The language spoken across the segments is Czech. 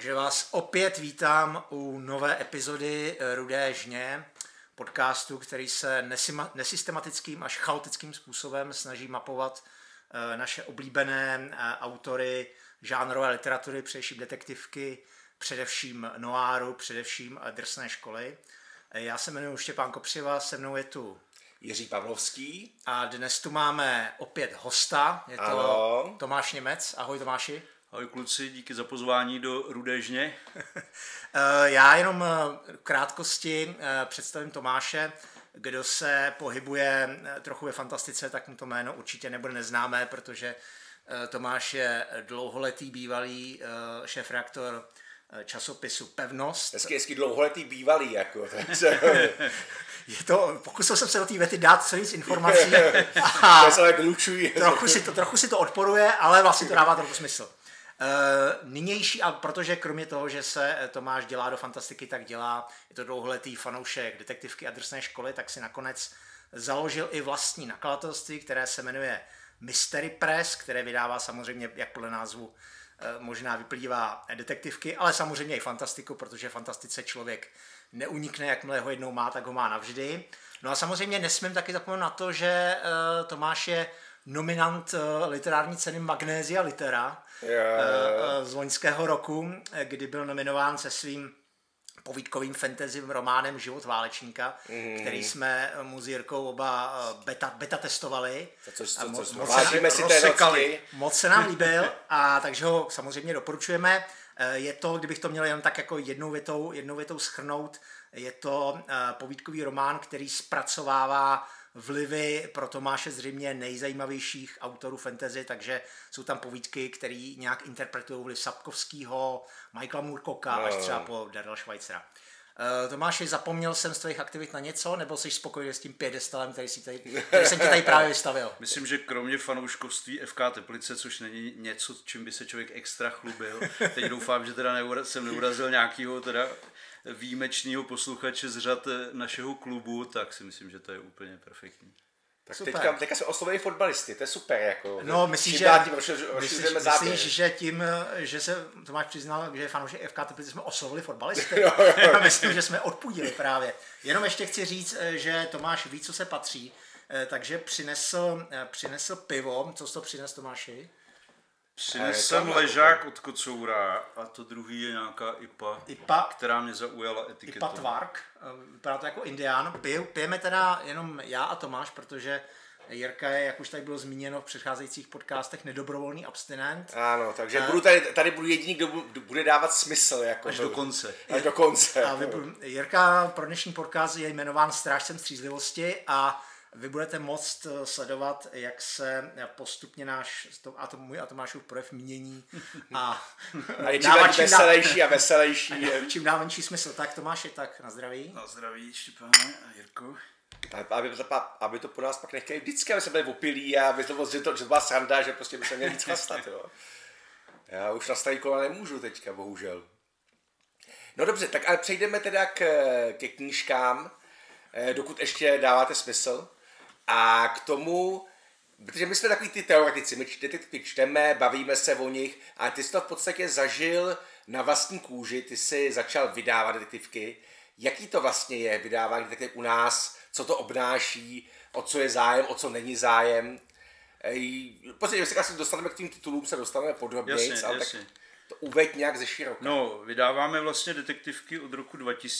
Takže vás opět vítám u nové epizody Rudé žně, podcastu, který se nesystematickým až chaotickým způsobem snaží mapovat naše oblíbené autory žánrové literatury, především detektivky, především noáru, především drsné školy. Já se jmenuji Štěpán Kopřiva, se mnou je tu Jiří Pavlovský. A dnes tu máme opět hosta, je to Tomáš Němec. Ahoj Tomáši. Ahoj kluci, díky za pozvání do Rudé žně. Já jenom v krátkosti představím Tomáše. Kdo se pohybuje trochu ve fantastice, tak mu to jméno určitě nebude neznámé, protože Tomáš je dlouholetý bývalý šéfredaktor časopisu Pevnost. Hezky dlouholetý bývalý, jako. Pokusil jsem se do té věty dát co víc informací. Trochu si to odporuje, ale vlastně to dává trochu smysl. Nynější, a protože kromě toho, že se Tomáš dělá do fantastiky, tak je to dlouholetý fanoušek detektivky a drsné školy, tak si nakonec založil i vlastní nakladatelství, které se jmenuje Mystery Press, které vydává samozřejmě, jak podle názvu možná vyplývá, detektivky, ale samozřejmě i fantastiku, protože fantastice člověk neunikne, jakmile ho jednou má, tak ho má navždy. No a samozřejmě nesmím taky zapomenout na to, že Tomáš je nominant literární ceny Magnesia Litera z loňského roku, kdy byl nominován se svým povídkovým fantasy románem Život válečníka, který jsme mu s Jirkou oba beta testovali. Moc se nám líbil, a takže ho samozřejmě doporučujeme. Je to, kdybych to měl jen tak jako jednou větou shrnout, je to povídkový román, který zpracovává vlivy pro Tomáše zřejmě nejzajímavějších autorů fantasy, takže jsou tam povídky, které nějak interpretují vliv Sapkovského, Michaela Moorcocka až třeba po Darrella Schweitzera. Tomáši, zapomněl jsem z tvých aktivit na něco, nebo jsi spokojený s tím piedestalem, který jsem ti tady právě vystavil? Myslím, že kromě fanouškovství FK Teplice, což není něco, čím by se člověk extra chlubil, teď doufám, že teda jsem neurazil nějakého teda výjimečného posluchače z řad našeho klubu, tak si myslím, že to je úplně perfektní. Tak teďka jsme oslovili fotbalisty, to je super. Jako, no, myslíš, že tím, že se Tomáš přiznal, že je fanoušek FK Teplice, jsme oslovili fotbalisty? Já myslím, že jsme odpudili právě. Jenom ještě chci říct, že Tomáš ví, co se patří, takže přinesl pivo. Co jsi to přines, Tomáši? Přinesl ležák od Kocoura a to druhý je nějaká IPA, která mě zaujala etiketou. IPA Tvark, vypadá to jako indián. Pijeme teda jenom já a Tomáš, protože Jirka je, jak už tady bylo zmíněno v předcházejících podcastech, nedobrovolný abstinent. Ano, takže tady budu jediný, kdo bude dávat smysl. Jako až do konce. A Jirka pro dnešní podcast je jmenován strážcem střízlivosti a vy budete moct sledovat, jak se postupně náš můj a Tomášův projev mění a dává veselější a veselější. Čím dá menší smysl. Tak Tomáši, tak na zdraví. Na zdraví, Štěpáne a Jirko. Aby to po nás pak nechtěli vždycky, aby se byli opilí a že to byla sranda, že prostě by se měli víc chlastat. Jo. Já už na starý kola nemůžu teďka, bohužel. No dobře, tak ale přejdeme teda ke knížkám, dokud ještě dáváte smysl. A k tomu, protože my jsme takový ty teoretici, my detektivy čteme, bavíme se o nich, a ty jsi to v podstatě zažil na vlastní kůži, ty jsi začal vydávat detektivky. Jaký to vlastně je vydávání detektiv u nás, co to obnáší, o co je zájem, o co není zájem. V podstatě, když se dostaneme k tím titulům, se dostaneme podrobněji, ale tak to uveď nějak ze široka. No, vydáváme vlastně detektivky od roku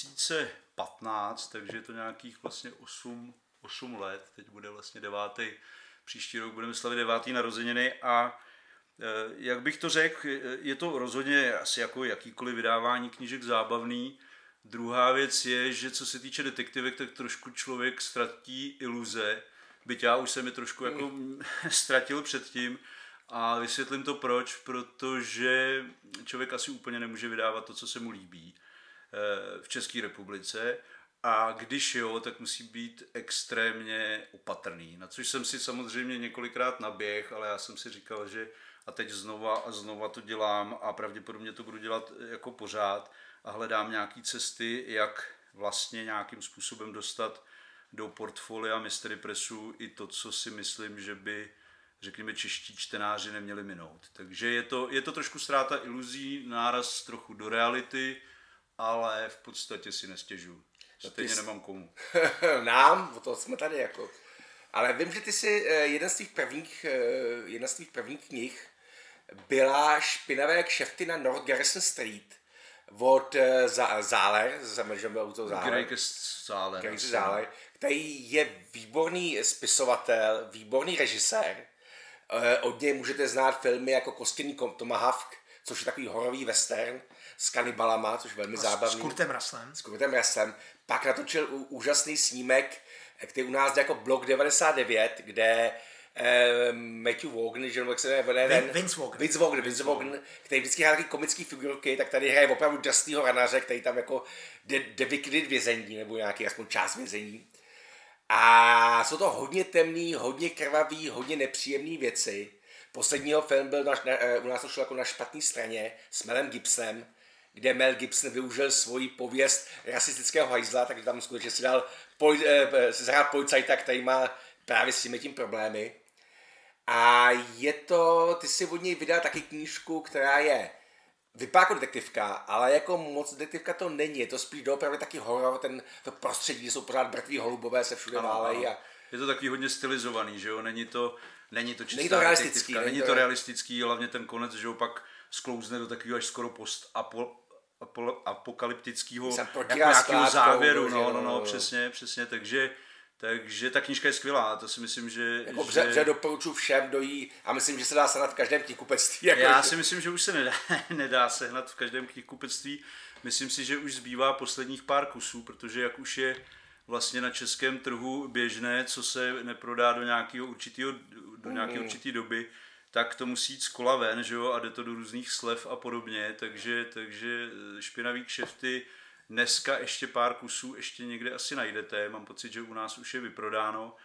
2015, takže je to nějakých vlastně 8 let, teď bude vlastně 9. Příští rok budeme slavit 9. narozeniny a jak bych to řekl, je to rozhodně asi jako jakýkoliv vydávání knížek zábavný. Druhá věc je, že co se týče detektivek, tak trošku člověk ztratí iluze, byť já už jsem je trošku jako ztratil předtím a vysvětlím to proč, protože člověk asi úplně nemůže vydávat to, co se mu líbí v České republice. A když jo, tak musí být extrémně opatrný. Na což jsem si samozřejmě několikrát naběh, ale já jsem si říkal, že a teď znova to dělám a pravděpodobně to budu dělat jako pořád a hledám nějaký cesty, jak vlastně nějakým způsobem dostat do portfolia Mystery Pressu i to, co si myslím, že by řekněme, čeští čtenáři neměli minout. Takže je to trošku ztráta iluzí, náraz trochu do reality, ale v podstatě si nestěžuju. Stejně nemám komu. Nám, o to jsme tady jako. Ale vím, že ty jsi jedna z tvých prvních knih byla Špinavé kšefty na North Garrison Street od Zahler, že byl to Zahler, který je výborný spisovatel, výborný režisér. Od něj můžete znát filmy jako Kostěný Tomahawk, což je takový horový western s kanibalama, což je velmi zábavný. S Kurtem Russellem. Pak natočil úžasný snímek, který u nás jde jako Blok 99, kde Matthew Vaughn, že jak se jmenuje, Vince Vaughn, který vždycky hrál taky komický figurky, tak tady hraje opravdu drsnýho ranaře, který tam jako jde vyklidit vězení, nebo nějaký aspoň část vězení. A jsou to hodně temný, hodně krvavý, hodně nepříjemný věci. Posledního film byl u nás to šlo jako Na špatné straně s Melem Gibsonem, kde Mel Gibson využil svoji pověst rasistického hajzla, takže tam skutečně si dal zahrál policajta, který má právě s tím problémy. A ty si od něj vydal taky knížku, která vypadá jako detektivka, ale jako moc detektivka to není. Je to spíš doopravdy taky horor, to prostředí, kde jsou pořád mrtví holubové, se všude válejí. Je to takový hodně stylizovaný, že jo? Není to čistá realistický. Není to realistický, hlavně ten konec, že jo, pak sklouzne do takového až skoro apokalyptického nějakého závěru. No, přesně, takže ta knížka je skvělá, to si myslím, že... Že doporučuji všem dojít a myslím, že se dá sehnat v každém knihkupectví. Já si myslím, že už se nedá sehnat v každém knihkupectví. Myslím si, že už zbývá posledních pár kusů, protože jak už je vlastně na českém trhu běžné, co se neprodá do nějaké určité doby, tak to musí jít z kola ven, že jo, a jde to do různých slev a podobně, takže Špinavý kšefty dneska ještě pár kusů ještě někde asi najdete, mám pocit, že u nás už je vyprodáno,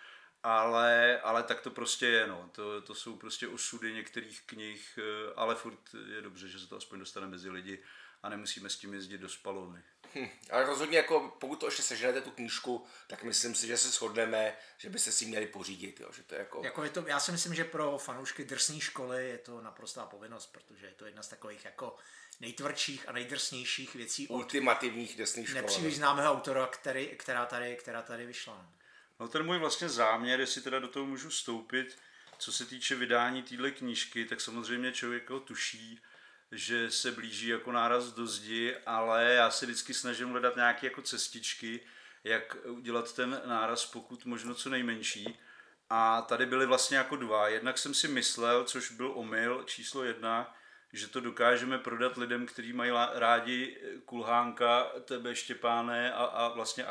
ale tak to prostě je, no. To jsou prostě osudy některých knih, ale furt je dobře, že se to aspoň dostane mezi lidi a nemusíme s tím jezdit do spalovny. Ale rozhodně, jako, pokud to ještě seženete tu knížku, tak myslím si, že se shodneme, že byste si měli pořídit. Jo, že to je jako... Já si myslím, že pro fanoušky drsné školy je to naprostá povinnost, protože je to jedna z takových jako nejtvrdších a nejdrsnějších věcí ultimativních drsných škol. Nepříliš známého autora, která tady vyšla. No ten můj vlastně záměr, jestli teda do toho můžu vstoupit, co se týče vydání téhle knížky, tak samozřejmě člověk ho tuší, že se blíží jako náraz do zdi, ale já si vždycky snažím hledat nějaké jako cestičky, jak udělat ten náraz pokud možno co nejmenší. A tady byly vlastně jako dva. Jednak jsem si myslel, což byl omyl číslo 1, že to dokážeme prodat lidem, kteří mají rádi Kulhánka, tebe Štěpáne a vlastně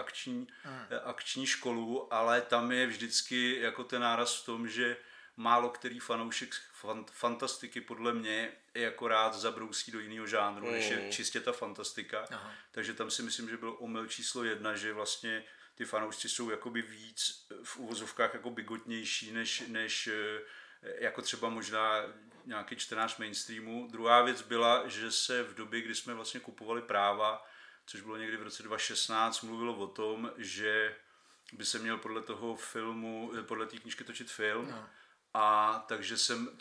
akční školu, ale tam je vždycky jako ten náraz v tom, že málo který fanoušek fantastiky podle mě je jako rád zabrousí do jiného žánru, než je čistě ta fantastika. Aha. Takže tam si myslím, že byl omyl číslo 1, že vlastně ty fanoušci jsou jakoby víc v uvozovkách jako bigotnější, než jako třeba možná nějaký čtenář mainstreamu. Druhá věc byla, že se v době, kdy jsme vlastně kupovali práva, což bylo někdy v roce 2016, mluvilo o tom, že by se měl podle toho filmu, podle té knížky točit film. No. A takže jsem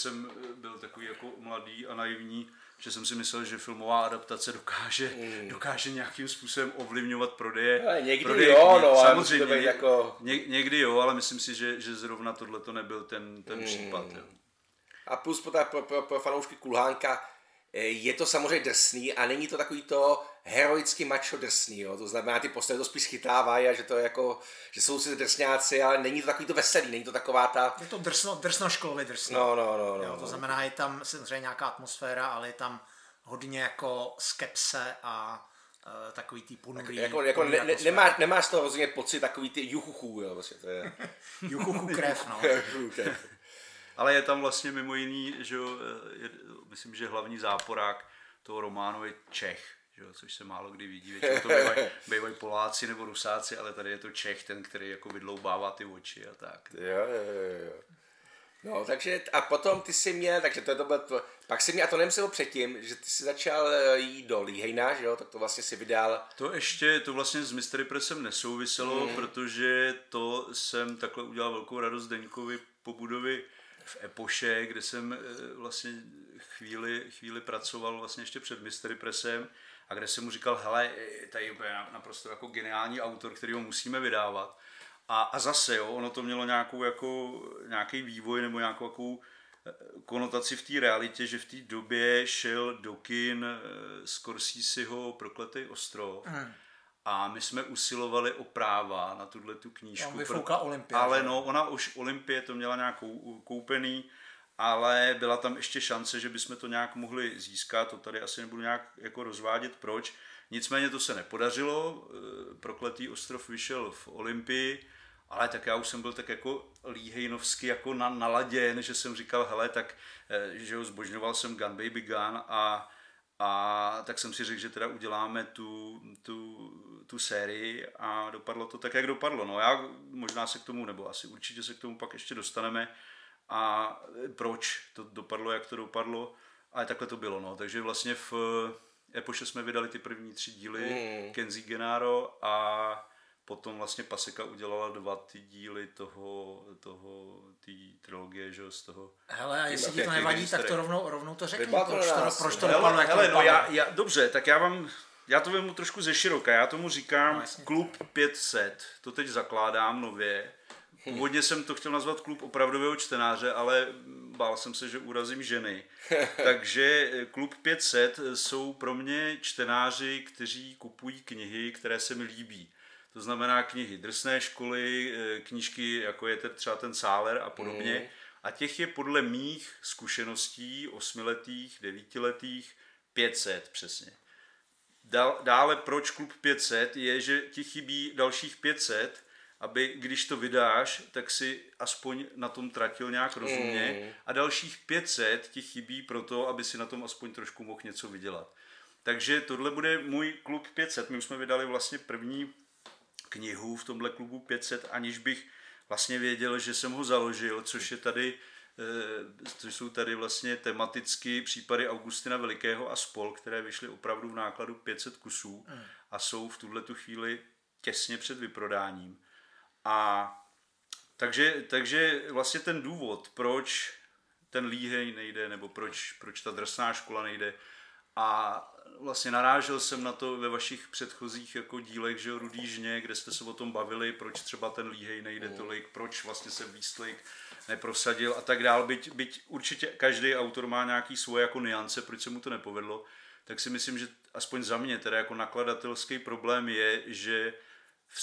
byl takový jako mladý a naivní, že jsem si myslel, že filmová adaptace dokáže nějakým způsobem ovlivňovat prodeje. Někdy jo, no, samozřejmě, jako... někdy jo, ale myslím si, že zrovna tohle to nebyl ten případ. Jo. A plus pro fanoušky Kulhánka je to samozřejmě drsný a není to takový to heroicky macho drsný, jo. To znamená, ty postavy to spíš chytávají a že to je jako, že jsou si drsňáci, ale není to takový to veselý, není to taková ta... Je to drsno školově drsný. No. Jo, to znamená, je tam samozřejmě nějaká atmosféra, ale je tam hodně jako skepse a takový ty ponurý... Jako nemáš z toho rozhodně pocit takový ty juchuchů, jo, vlastně to je... Juchuchů krev, no. Ale je tam vlastně mimo jiný, že jo, myslím, že hlavní záporák toho románu je Čech, že jo, což se málo kdy vidí. Většinou to bývají Poláci nebo Rusáci, ale tady je to Čech, ten, který jako vydloubává ty oči a tak. Jo. No, takže a potom ty jsi měl, takže to byl, pak jsi měl, a to nemyslel předtím, že ty jsi začal jít do Líhejna, že jo, tak to vlastně si vydal. To vlastně s Mystery Pressem nesouviselo, protože to jsem takhle udělal velkou radost Deňkovi po budovy v Epoše, kde jsem vlastně chvíli pracoval vlastně ještě před Mystery Pressem a kde jsem mu říkal, hele, tady je úplně naprosto jako geniální autor, který ho musíme vydávat. A zase, jo, ono to mělo nějaký vývoj nebo nějakou konotaci v té realitě, že v té době šel do kin Scorseseho Prokletý ostrov a my jsme usilovali o práva na tu knížku. Vyfoukla Olympia. Ale no, ona už Olympie to měla nějak koupený, ale byla tam ještě šance, že bychom to nějak mohli získat, to tady asi nebudu nějak jako rozvádět proč. Nicméně to se nepodařilo, Prokletý ostrov vyšel v Olympii, ale tak já už jsem byl tak jako líhejnovsky jako naladěn, že jsem říkal, hele, tak, že ho zbožňoval jsem Gun Baby Gun a tak jsem si řekl, že teda uděláme tu sérii a dopadlo to tak, jak dopadlo. No já možná se k tomu, nebo asi určitě se k tomu pak ještě dostaneme a proč to dopadlo, jak to dopadlo, ale takhle to bylo. No. Takže vlastně v Epoše jsme vydali ty první 3 díly Kenzie Genaro a potom vlastně Paseka udělala 2 ty díly té trilogie, že z toho. Hele, a jestli ti to nevadí, tak to rovnou to řekni, proč to dopadlo, jak to dopadlo. No dobře, tak já to vemu trošku ze široka, já tomu říkám Klub 500, to teď zakládám nově. Původně jsem to chtěl nazvat Klub opravdového čtenáře, ale bál jsem se, že urazím ženy. Takže Klub 500 jsou pro mě čtenáři, kteří kupují knihy, které se mi líbí. To znamená knihy drsné školy, knížky, jako je třeba ten Sáler a podobně. A těch je podle mých zkušeností 8letých, 9letých 500 přesně. Dále proč Klub 500 je, že ti chybí dalších 500, aby když to vydáš, tak si aspoň na tom tratil nějak rozumně a dalších 500 ti chybí proto, aby si na tom aspoň trošku mohl něco vydělat. Takže tohle bude můj Klub 500. My už jsme vydali vlastně první knihu v tomhle Klubu 500, aniž bych vlastně věděl, že jsem ho založil, což jsou tady vlastně tematicky případy Augustina Velikého a spol, které vyšly opravdu v nákladu 500 kusů a jsou v tuhletu chvíli těsně před vyprodáním. A takže vlastně ten důvod, proč ten líhej nejde, nebo proč ta drsná škola nejde, a vlastně narážel jsem na to ve vašich předchozích jako dílech, že Rudý žně, kde jste se o tom bavili, proč třeba ten líhej nejde tolik, proč vlastně se Výstlejk neprosadil a tak dál. Byť určitě každý autor má nějaký svoje jako nuance, proč se mu to nepovedlo, tak si myslím, že aspoň za mě teda jako nakladatelský problém je, že v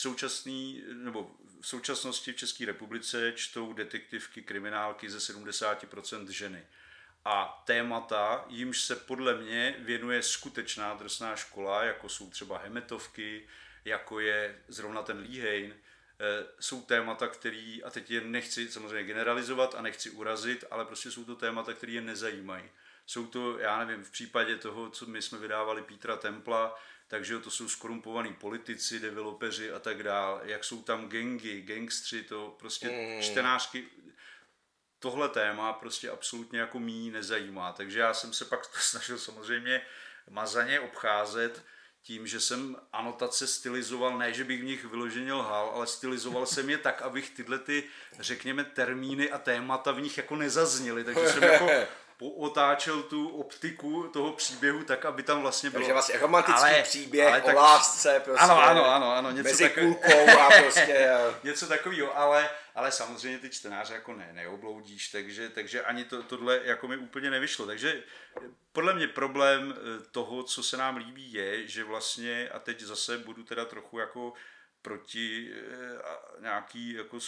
současnosti v České republice čtou detektivky, kriminálky ze 70% ženy. A témata, jimž se podle mě věnuje skutečná drsná škola, jako jsou třeba Hemetovky, jako je zrovna ten Líhejn, jsou témata, který, a teď je nechci samozřejmě generalizovat a nechci urazit, ale prostě jsou to témata, které je nezajímají. Jsou to, já nevím, v případě toho, co my jsme vydávali Petra Templa, takže to jsou skorumpovaní politici, developeři a tak dál, jak jsou tam gangy, gangstři, to prostě čtenářky, tohle téma prostě absolutně jako mí nezajímá, takže já jsem se pak to snažil samozřejmě mazaně obcházet tím, že jsem anotace stylizoval, ne, že bych v nich vyloženě lhal, ale stylizoval jsem je tak, abych tyhle ty, řekněme, termíny a témata v nich jako nezazněly, takže jsem jako otáčel tu optiku toho příběhu tak, aby tam vlastně bylo. Takže vlastně romantický příběh o lásce prostě. Ano, něco mezi kulkou a prostě. Něco takového, ale samozřejmě ty čtenáře jako neobloudíš, takže ani tohle jako mi úplně nevyšlo. Takže podle mě problém toho, co se nám líbí, je, že vlastně, a teď zase budu teda trochu jako proti nějaký jako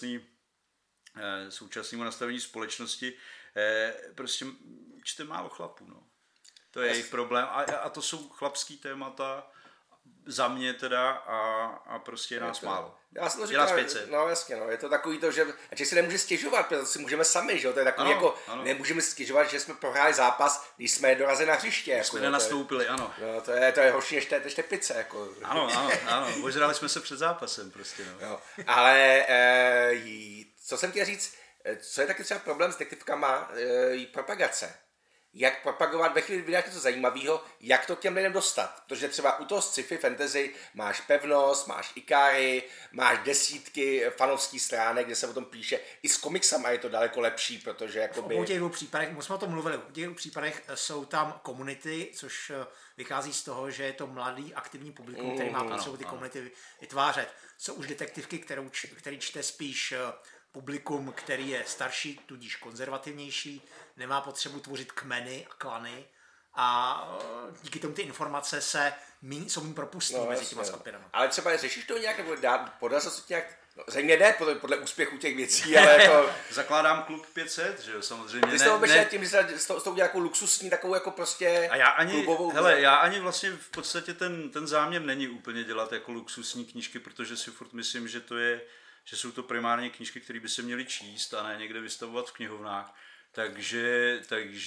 současnému nastavení společnosti, prostě čte málo chlapů, no. To je jejich problém a to jsou chlapský témata za mě teda a prostě je nás málo. Já jsem to říkal, no jasně, no, je to takový to, že Čech si nemůže stěžovat, protože to si můžeme sami, že jo, to je takový ano. Nemůžeme stěžovat, že jsme prohráli zápas, když jsme dorazili na hřiště. Jako, jsme nenastoupili, ano. No, to je horší než tepice, jako. Ano, ožrali jsme se před zápasem prostě, no. Jo. Ale co jsem chtěl říct, co je taky třeba problém s detektivkama, propagace. jak propagovat ve chvíli, kdy vydáš něco zajímavého, jak to k těm lidem dostat. Protože třeba u toho sci-fi fantasy máš Pevnost, máš Ikari, máš desítky fanovských stránek, kde se o tom píše. I s komiksama je to daleko lepší, protože jakoby... V obou těch dvou případech, my jsme o tom mluvili, v těch dvou případech jsou tam komunity, což vychází z toho, že je to mladý aktivní publikum, který má potřebu ty komunity vytvářet. Jsou už detektivky, který čte spíš publikum, který je starší, tudíž konzervativnější, nemá potřebu tvořit kmeny a klany a díky tomu ty informace jsou méně propustní mezi těma skupinami. Ale třeba řešíš to nějak, nebo podařilo se ti nějak, zřejmě ne podle úspěchu těch věcí, ale jako... Zakládám klub 500, že jo, samozřejmě. Ty jsi to obešel tím, že jsi to udělal jako luxusní, takovou jako prostě klubovou... Já ani vlastně v podstatě ten záměr není úplně dělat jako luxusní knížky, protože si furt myslím, že jsou to primárně knížky, které by se měly číst a ne někde vystavovat v knihovnách. Takže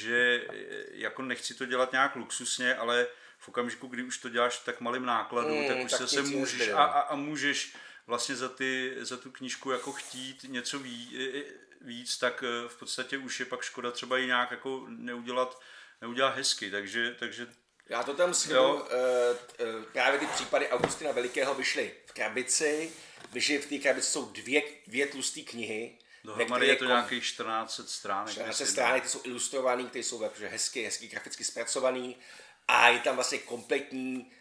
jako nechci to dělat nějak luxusně, ale v okamžiku, kdy už to děláš v tak malým nákladu, tak už se můžeš a můžeš vlastně za tu knížku jako chtít něco víc, tak v podstatě už je pak škoda třeba i nějak jako neudělat hezky, takže já to tam shrnu, právě ty případy Augustina Velikého vyšly v krabici, v té krabici jsou dvě tlusté knihy. Dohromady je to nějakých 1400 stránek. 1400 stránek, ty jsou ilustrovaný, ty jsou hezky graficky zpracovaný a je tam vlastně kompletní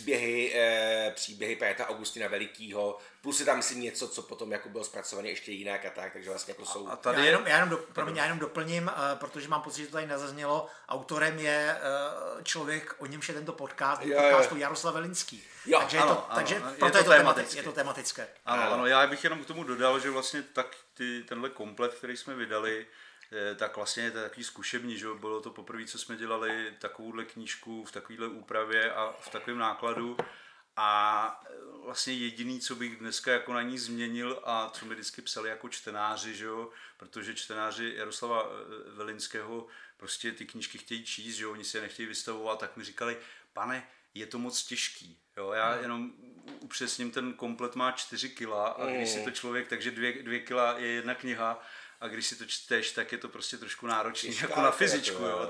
příběhy právě Augustina Velikýho, plus je tam myslím něco, co potom jako bylo zpracované ještě jinak a tak, takže vlastně jako jsou... Já jenom doplním, protože mám pocit, že to tady nezaznělo, autorem je člověk, o němž je tento podcast, podcastu Jaroslav Velinský. Takže proto je to tematické. Ano, já bych jenom k tomu dodal, že vlastně tak tenhle komplet, který jsme vydali, tak vlastně je to takový zkušební, že bylo to poprvé, co jsme dělali takovouhle knížku v takovéhle úpravě a v takovém nákladu a vlastně jediný, co bych dneska jako na ní změnil a co mi vždycky psali jako čtenáři, že jo, protože čtenáři Jaroslava Velinského prostě ty knížky chtějí číst, že jo, oni si je nechtějí vystavovat, tak mi říkali, pane, je to moc těžký, jo, já jenom upřesním, ten komplet má 4 kila a když si to člověk, takže 2 kila je jedna kniha, a když si to čteš, tak je to prostě trošku náročný jako na fyzičku, jo,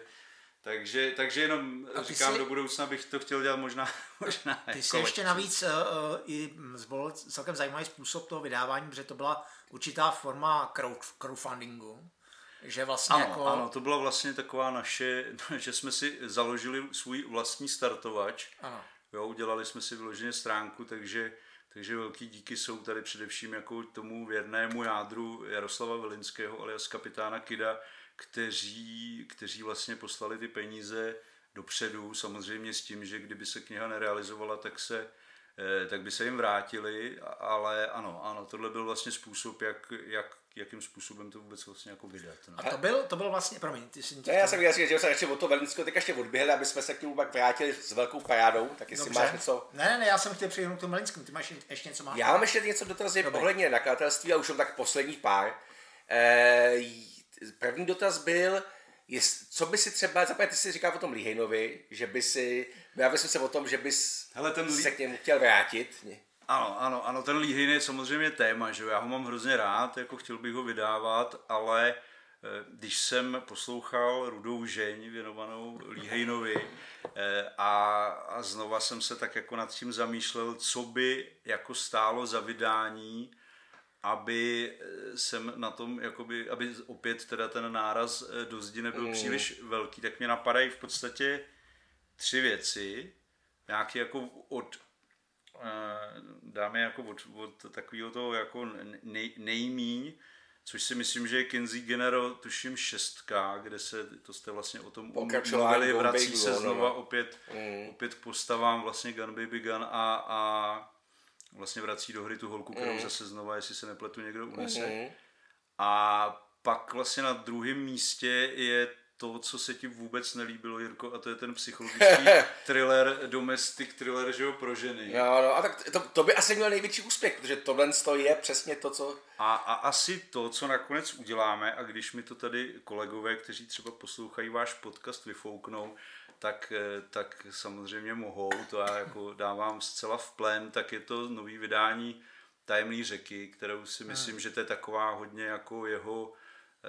takže jenom říkám, do budoucna bych to chtěl dělat možná Ty jsi ještě navíc i zvolil celkem zajímavý způsob toho vydávání, protože to byla určitá forma crowdfundingu, že vlastně ano, to byla vlastně taková naše, že jsme si založili svůj vlastní startovač, jo, udělali jsme si vyloženě stránku, takže velký díky jsou tady především jako tomu věrnému jádru Jaroslava Velinského alias kapitána Kida, kteří vlastně poslali ty peníze dopředu, samozřejmě s tím, že kdyby se kniha nerealizovala, tak by se jim vrátili, ale ano, tohle byl vlastně způsob, jakým způsobem to vůbec vlastně jako vydat. No. A to byl vlastně, promiň, ty jsi... Já jsem radši od toho Velinského teď ještě odběhli, aby jsme se k němu pak vrátili s velkou parádou, tak jestli máš něco... Ne, já jsem chtěl přijít k tomu Velinskému, ty máš ještě něco máš? Já mám ještě něco dotazy ohledně nakladatelství a už mám tak posledních pár. První dotaz byl, co by si třeba, ty si říkal o tom Líhejnovi, že by si, bavili jsme se o tom, že bys se k němu chtěl vrátit. Ano, ten Líhejn je samozřejmě téma, že já ho mám hrozně rád, jako chtěl bych ho vydávat, ale když jsem poslouchal Rudou žeň věnovanou Líhejnovi a znova jsem se tak jako nad tím zamýšlel, co by jako stálo za vydání, aby jsem na tom, jakoby, aby opět teda ten náraz do zdi nebyl příliš velký, tak mě napadají v podstatě 3 věci, nějaký jako dáme jako od takového toho jako nejmíň, což si myslím, že je Kenzie Genero, tuším 6, kde to jste vlastně o tom mluvili, vrací se znova opět postavám vlastně Gun Baby Gun a vlastně vrací do hry tu holku, kterou zase znova, jestli se nepletu, někdo unese. A pak vlastně na druhém místě je to, co se ti vůbec nelíbilo, Jirko, a to je ten psychologický thriller, domestic thriller, že jo, pro ženy. No, a tak to by asi měl největší úspěch, protože tohle je přesně to, co... A asi to, co nakonec uděláme, a když mi to tady kolegové, kteří třeba poslouchají váš podcast, vyfouknou, tak samozřejmě mohou, to já jako dávám zcela v plén, tak je to nový vydání Tajemný řeky, kterou si myslím, že to je taková hodně jako jeho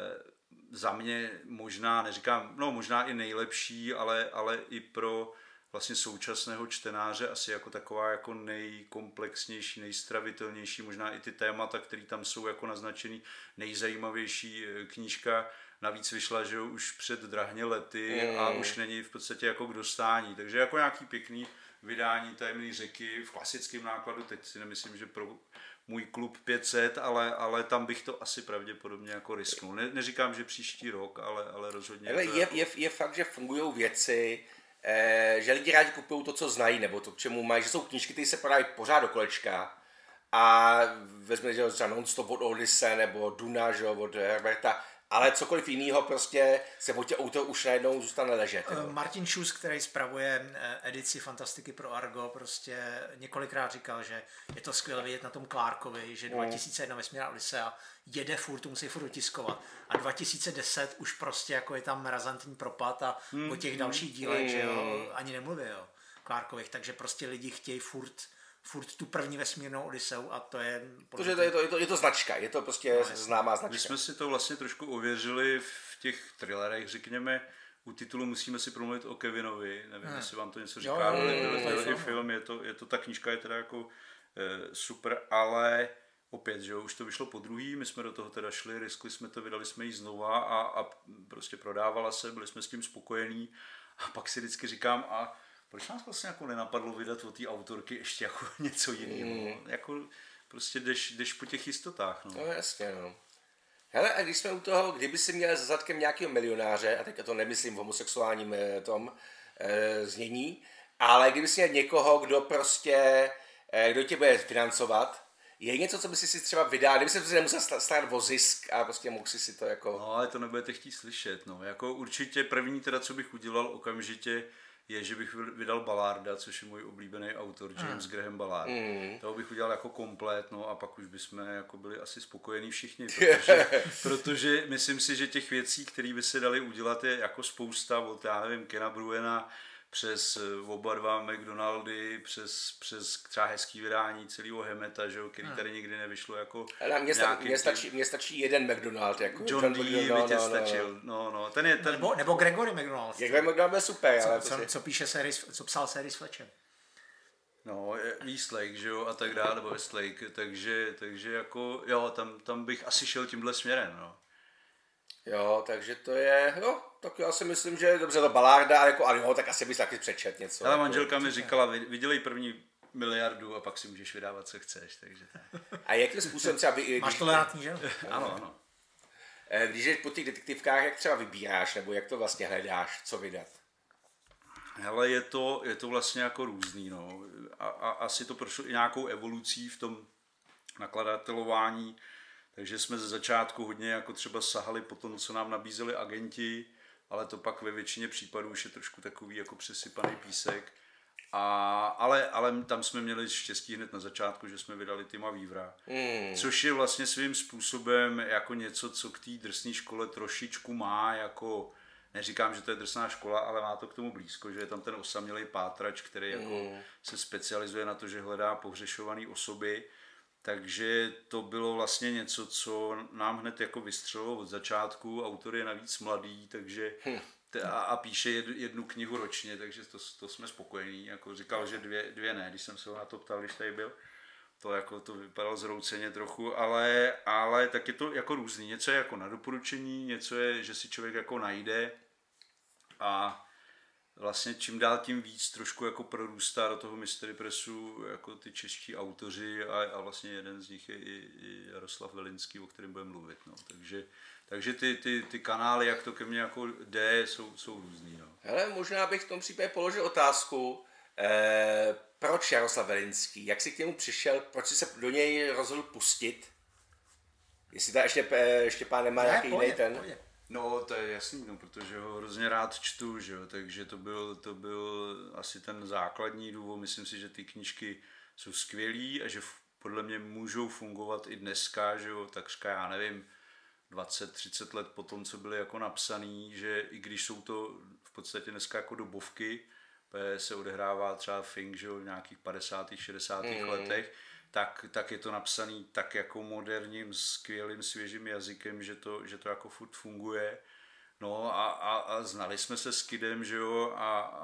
za mě možná, neříkám, no možná i nejlepší, ale i pro vlastně současného čtenáře asi jako taková jako nejkomplexnější, nejstravitelnější, možná i ty témata, které tam jsou jako naznačený, nejzajímavější knížka. Navíc vyšla, že už před drahně lety a už není v podstatě jako k dostání. Takže jako nějaký pěkný vydání Tajemné řeky v klasickém nákladu. Teď si nemyslím, že pro můj klub 500, ale tam bych to asi pravděpodobně jako risknul. Neříkám, že příští rok, ale rozhodně. Ale je fakt, že fungují věci, že lidi rádi kupují to, co znají, nebo to, k čemu mají, že jsou knížky, které se prodají pořád do kolečka. A vezme, že třeba Non-Stop od Odyssey, nebo Duna, že, od Herberta, ale cokoliv jiného prostě se o tě auto už najednou zůstane ležet. Martin Šus, který spravuje edici Fantastiky pro Argo, prostě několikrát říkal, že je to skvěle vidět na tom Clarkovi, že 2001 Vesmírná Odysea jede furt, to musí furt otiskovat. A 2010 už prostě jako je tam razantní propad a o těch dalších dílech, že jo, ani nemluví, jo, Clarkových, takže prostě lidi chtějí furt tu první Vesmírnou Odyseu a to je... Protože je to značka, je to prostě známá značka. My jsme si to vlastně trošku ověřili v těch thrillerech, řekněme, u titulu musíme si promluvit o Kevinovi, nevím, jestli vám to něco říká, byl i film, je to ta knížka je teda jako super, ale opět, že jo, už to vyšlo po druhý, my jsme do toho teda šli, riskli jsme to, vydali jsme ji znova a prostě prodávala se, byli jsme s tím spokojení a pak si vždycky říkám proč nás vlastně jako nenapadlo vydat od té autorky ještě jako něco jiného? Jako prostě jdeš po těch jistotách. No jasně, no. Hele, a když jsme u toho, kdyby si měl za zadkem nějakého milionáře, a teďka to nemyslím v homosexuálním znění, ale kdyby si měl někoho, kdo tě bude financovat, je něco, co by si třeba vydal, kdyby se nemusel starat o zisk a prostě mohl si to jako... No, ale to nebudete chtít slyšet, no. Jako určitě první teda, co bych udělal okamžitě, je, že bych vydal Ballarda, což je můj oblíbený autor, James Graham Ballard. Toho bych udělal jako komplet, no a pak už bychom jako byli asi spokojení všichni, protože myslím si, že těch věcí, které by se daly udělat, je jako spousta, od já nevím, Kena Bruena, přes oba dva McDonaldy, přes třeba hezký vydání celého Hemeta, že, který tady nikdy nevyšlo jako mně stačí jeden McDonald. Jako John Dee by tě stačil. No. Nebo Gregory McDonald. Gregory McDonald byl super. Co psal sérii s Fletchem. No, Westlake, že jo, a tak dále, nebo Westlake, takže jako, jo, tam bych asi šel tímhle směrem, no. Jo, takže to je, tak já si myslím, že dobře to Ballarda, ale jako, jo, tak asi bys taky přečet něco. Ale manželka mi říkala, vydělej první miliardu a pak si můžeš vydávat, co chceš, takže tak. A jakým způsobem třeba... Máš tolerantní, že? Ano. Když jsi po těch detektivkách, jak třeba vybíráš, nebo jak to vlastně hledáš, co vydat? Hele, je to vlastně jako různý, no. A asi to prošlo i nějakou evolucí v tom nakladatelování, takže jsme ze začátku hodně jako třeba sahali po tom, co nám nabízeli agenti, ale to pak ve většině případů už je trošku takový jako přesypaný písek. Ale tam jsme měli štěstí hned na začátku, že jsme vydali Tima Weavera, což je vlastně svým způsobem jako něco, co k té drsné škole trošičku má, jako neříkám, že to je drsná škola, ale má to k tomu blízko, že je tam ten osamělý pátrač, který jako se specializuje na to, že hledá pohřešované osoby. Takže to bylo vlastně něco, co nám hned jako vystřelilo od začátku. Autor je navíc mladý, takže a píše jednu knihu ročně, takže to jsme spokojení. Jako říkal, že dvě ne, když jsem se ho na to ptal, když tady byl. To vypadalo zrouceně trochu, ale tak je to jako různý. Něco je jako na doporučení, něco je, že si člověk jako najde a vlastně čím dál tím víc trošku jako prorůstá do toho mystery pressu jako ty čeští autoři a vlastně jeden z nich je i Jaroslav Velinský, o kterém budeme mluvit. No. Takže ty kanály, jak to ke mně jako jde, jsou různý. No. Hele, možná bych v tom případě položil otázku, proč Jaroslav Velinský, jak jsi k němu přišel, proč jsi se do něj rozhodl pustit? Jestli ta ještě pán nemá nějaký jiný ten... Pojde. No, to je jasný, no, protože ho hrozně rád čtu, že jo, takže to byl asi ten základní důvod. Myslím si, že ty knížky jsou skvělý a že podle mě můžou fungovat i dneska, že jo, takřka, já nevím, 20-30 let po tom, co byly jako napsaný, že i když jsou to v podstatě dneska jako dobovky, se odehrává třeba Fink, že jo, v nějakých 50. 60. letech, tak je to napsaný tak jako moderním, skvělým, svěžím jazykem, že to jako furt funguje. No a znali jsme se s Kidem, že jo,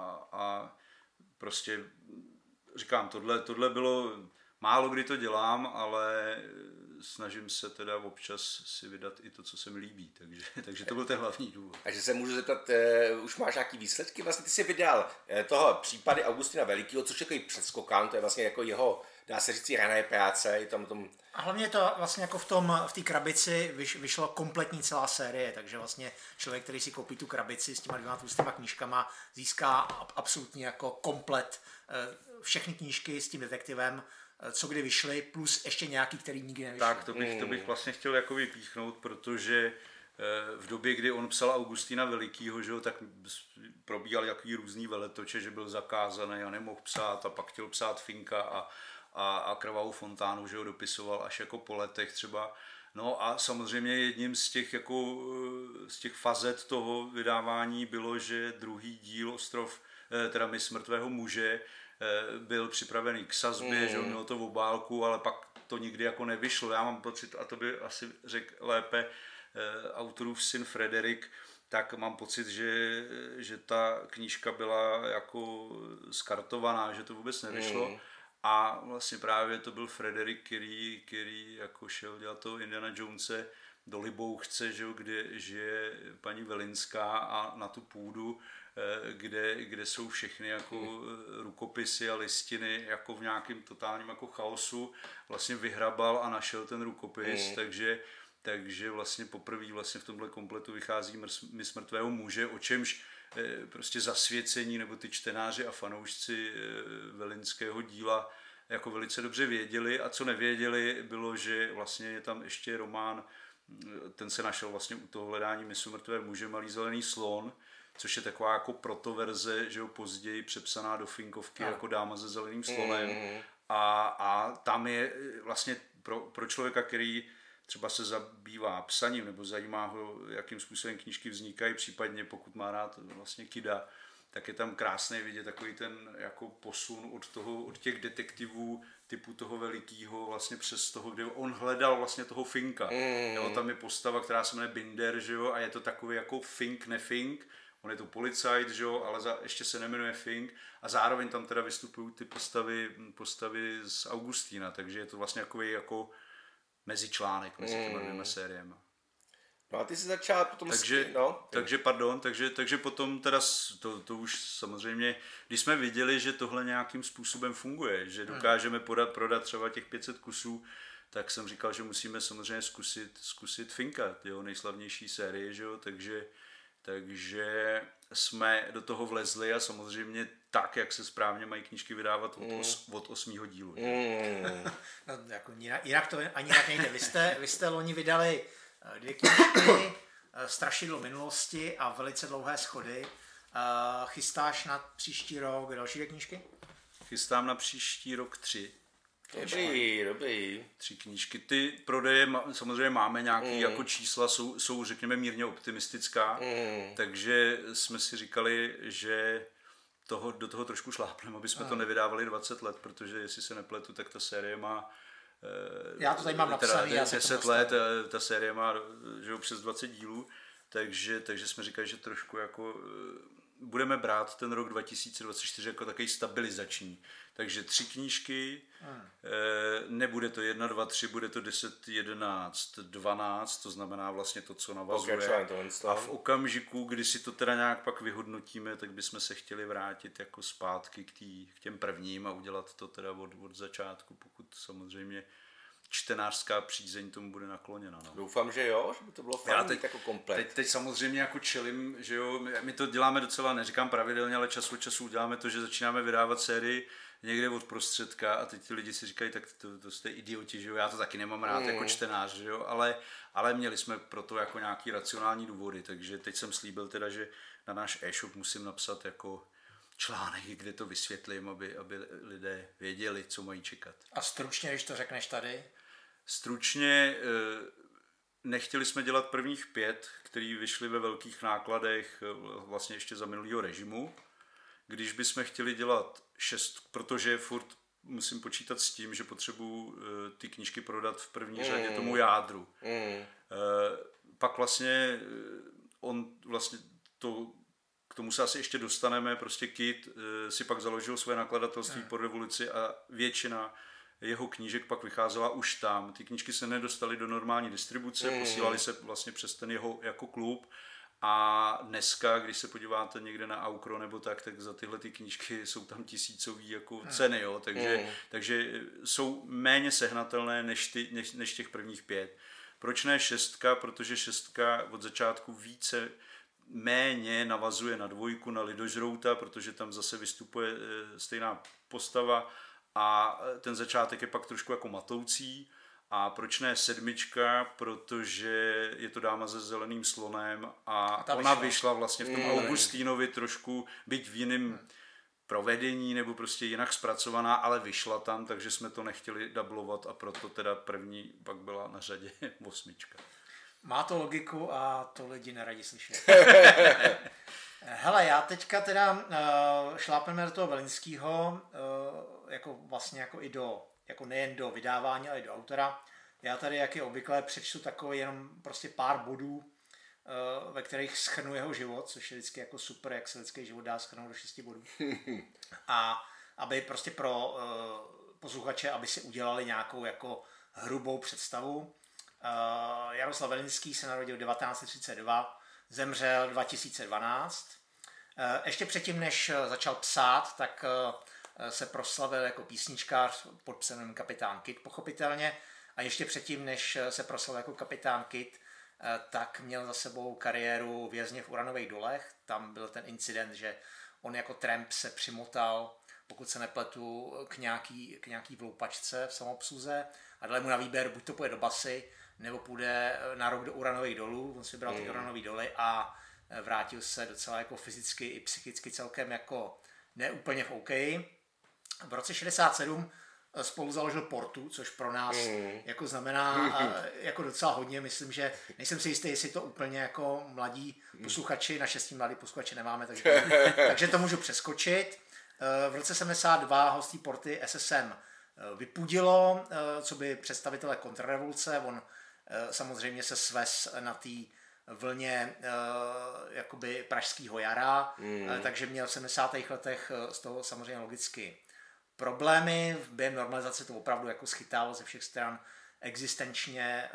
a prostě říkám, tohle bylo, málo kdy to dělám, ale snažím se teda občas si vydat i to, co se mi líbí, takže to byl ten hlavní důvod. A že se můžu zeptat, už máš nějaký výsledky? Vlastně ty jsi vydal toho případy Augustina Velikýho, což je takový předskokán, to je vlastně jako jeho, dá se říct, rané práce. Je tam tom... A hlavně to vlastně jako v té krabici vyšlo kompletní celá série, takže vlastně člověk, který si koupí tu krabici s těma 2 tlustýma knížkama, získá absolutně jako komplet všechny knížky s tím detektivem, co kdy vyšly, plus ještě nějaký, který nikdy nevyšly. Tak, to bych vlastně chtěl jako vypíchnout, protože v době, kdy on psal Augustina Velikýho, že jo, tak probíhaly takový různý veletoče, že byl zakázaný a nemohl psát a pak chtěl psát Finka a Krvavou fontánu, že ho dopisoval až jako po letech třeba. No a samozřejmě jedním z těch fazet toho vydávání bylo, že druhý díl Ostrov, teda Mys mrtvého muže, byl připravený k sazbě, že mělo to v obálku, ale pak to nikdy jako nevyšlo. Já mám pocit, a to by asi řekl lépe autorův syn Frederik, tak mám pocit, že ta knížka byla jako skartovaná, že to vůbec nevyšlo. A vlastně právě to byl Frederik, který jako šel dělat toho Indiana Jonese do Libouchce, že, kde žije paní Velinská, a na tu půdu, kde jsou všechny jako rukopisy a listiny jako v nějakém totálním jako chaosu, vlastně vyhrabal a našel ten rukopis, takže vlastně poprvé vlastně v tomhle kompletu vychází Mys mrtvého muže, o čemž prostě zasvěcení nebo ty čtenáři a fanoušci Velinského díla jako velice dobře věděli, a co nevěděli bylo, že vlastně je tam ještě román, ten se našel vlastně u toho hledání Mysu mrtvé muže, Malý zelený slon, což je taková jako protoverze, že jo, později přepsaná do Finkovky jako Dáma se zeleným slonem, a tam je vlastně pro člověka, který třeba se zabývá psaním nebo zajímá ho, jakým způsobem knížky vznikají, případně pokud má rád vlastně Kida, tak je tam krásný vidět takový ten jako posun od těch detektivů typu toho Velikýho vlastně přes toho, kde on hledal vlastně toho Finka. Jo, tam je postava, která se jmenuje Binder, že jo, a je to takový jako Fink, nefink. On je to policajt, že jo, ale ještě se nejmenuje Fink, a zároveň tam teda vystupují ty postavy z Augustína, takže je to vlastně takový jako mezičlánek mezi těma 2 sériemi. No a ty jsi začal potom... Takže potom teda to už samozřejmě, když jsme viděli, že tohle nějakým způsobem funguje, že dokážeme prodat třeba těch 500 kusů, tak jsem říkal, že musíme samozřejmě zkusit Finka, jeho nejslavnější série, že jo, takže jsme do toho vlezli, a samozřejmě tak, jak se správně mají knížky vydávat od 8. dílu. No, jako jinak to ani jinak nejde. Vy jste loni vydali 2 knížky, Strašidlo minulosti a Velice dlouhé schody. Chystáš na příští rok další 2 knížky? Chystám na příští rok 3. Dobrý. 3 knížky. Ty prodeje samozřejmě máme nějaký jako čísla, jsou řekněme mírně optimistická, takže jsme si říkali, že do toho trošku šlápneme, aby jsme to nevydávali 20 let, protože jestli se nepletu, tak ta série má já to tady mám napsaný, 10 let, ta série má, že jo, přes 20 dílů, takže jsme říkali, že trošku jako budeme brát ten rok 2024 jako takový stabilizační. Takže 3 knížky, nebude to 1, 2, 3, bude to 10, 11, 12, to znamená vlastně to, co navazuje. A v okamžiku, kdy si to teda nějak pak vyhodnotíme, tak bychom se chtěli vrátit jako zpátky k těm prvním a udělat to teda od začátku, pokud samozřejmě čtenářská přízeň tomu bude nakloněna. No. Doufám, že jo, že by to bylo fajn mít jako komplet. Teď samozřejmě jako čelím, že jo, my to děláme docela, neříkám pravidelně, ale čas od času uděláme to, že začínáme vydávat sérii někde od prostředka, a teď ti lidi si říkají, tak to jste idioti, že jo, já to taky nemám rád jako čtenář, že jo, ale měli jsme pro to jako nějaký racionální důvody, takže teď jsem slíbil teda, že na náš e-shop musím napsat jako článek, kde to vysvětlím, aby lidé věděli, co mají čekat. A stručně, když to řekneš tady? Stručně, nechtěli jsme dělat prvních 5, který vyšly ve velkých nákladech vlastně ještě za minulého režimu. Když bychom chtěli dělat 6, protože furt musím počítat s tím, že potřebuji ty knížky prodat v první řadě tomu jádru. Pak vlastně on vlastně k tomu se asi ještě dostaneme, prostě Kid si pak založil své nakladatelství po revoluci a většina jeho knížek pak vycházela už tam. Ty knížky se nedostaly do normální distribuce, posílaly se vlastně přes ten jeho jako klub. A dneska, když se podíváte někde na Aukro nebo tak za tyhle ty knížky jsou tam tisícový jako ceny, jo? Takže jsou méně sehnatelné než těch prvních 5. Proč ne 6? Protože 6 od začátku méně navazuje na 2, na Lidožrouta, protože tam zase vystupuje stejná postava a ten začátek je pak trošku jako matoucí. A proč ne 7? Protože je to dáma se zeleným slonem a ona vyšla vlastně v tom Augustínovi trošku, byť v jiném provedení nebo prostě jinak zpracovaná, ale vyšla tam, takže jsme to nechtěli dublovat a proto teda první pak byla na řadě 8. Má to logiku a to lidi neradi slyší. Hele, já teďka teda šlápneme do toho Velinskýho, jako vlastně jako i jako nejen do vydávání, ale i do autora. Já tady, jak je obvykle, přečtu takový jenom prostě pár bodů, ve kterých shrnu jeho život, což je vždycky jako super, jak se lidský život dá shrnout do 6 bodů. A aby prostě pro posluchače, aby si udělali nějakou jako hrubou představu. Jaroslav Velinský se narodil 1932, zemřel 2012. Ještě předtím, než začal psát, tak se proslavil jako písničkář pod pseudonymem Kapitán Kid, pochopitelně. A ještě předtím, než se proslavil jako Kapitán Kid, tak měl za sebou kariéru vězně v Uranových dolech. Tam byl ten incident, že on jako tramp se přimotal, pokud se nepletu, k nějaký vloupačce v samoobsluze a dali mu na výběr, buď to půjde do basy, nebo půjde na rok do Uranových dolů. On si vybral ty Uranový doly a vrátil se docela jako fyzicky i psychicky celkem jako neúplně v OK. V roce 67 spolu založil Portu, což pro nás jako znamená jako docela hodně. Myslím, že nejsem si jistý, jestli to úplně jako mladí posluchači, na 6 mladí posluchači nemáme, takže to můžu přeskočit. V roce 72 hostí Porty SSM vypudilo, co by představitele kontrarevoluce. On samozřejmě se svez na té vlně jakoby pražského jara, takže měl v 70. letech z toho samozřejmě logicky problémy. Během normalizace to opravdu jako schytalo ze všech stran existenčně,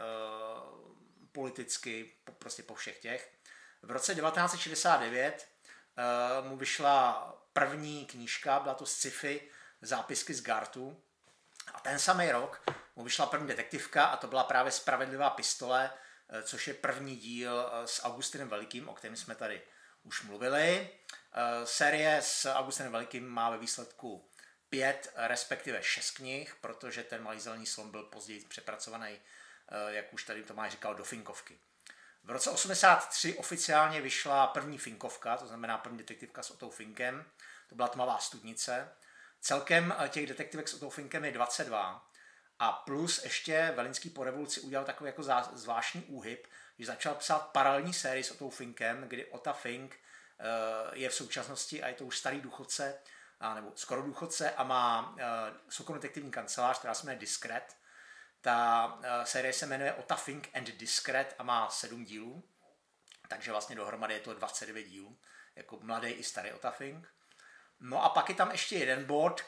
politicky, prostě po všech těch. V roce 1969 mu vyšla první knížka, byla to sci-fi Zápisky z Gartu. A ten samý rok mu vyšla první detektivka a to byla právě Spravedlivá pistole, což je první díl s Augustinem Velikým, o kterém jsme tady už mluvili. Série s Augustinem Velikým má ve výsledku 5, respektive 6 knih, protože ten Malý zelený slon byl později přepracovaný, jak už tady Tomáš říkal, do Finkovky. V roce 83 oficiálně vyšla první Finkovka, to znamená první detektivka s Otou Finkem, to byla Tmavá studnice. Celkem těch detektivek s Otou Finkem je 22 a plus ještě Velinský po revoluci udělal takový jako zvláštní úhyb, že začal psát paralelní sérii s Otou Finkem, kdy Ota Fink je v současnosti a je to už starý důchodce, nebo skoro důchodce a má soukromou detektivní kancelář, která se jmenuje Discret. Ta série se jmenuje Ota Fink and Discret a má 7 dílů, takže vlastně dohromady je to 29 dílů, jako mladý i starý Ota Fink. No a pak je tam ještě jeden bod,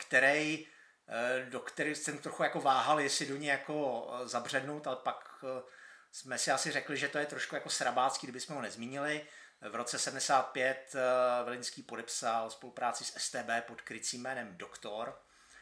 do který jsem trochu jako váhal, jestli do něj jako zabřednout, ale pak jsme si asi řekli, že to je trošku jako srabácký, kdybychom ho nezmínili. V roce 75 Velinský podepsal spolupráci s STB pod krycím jménem Doktor.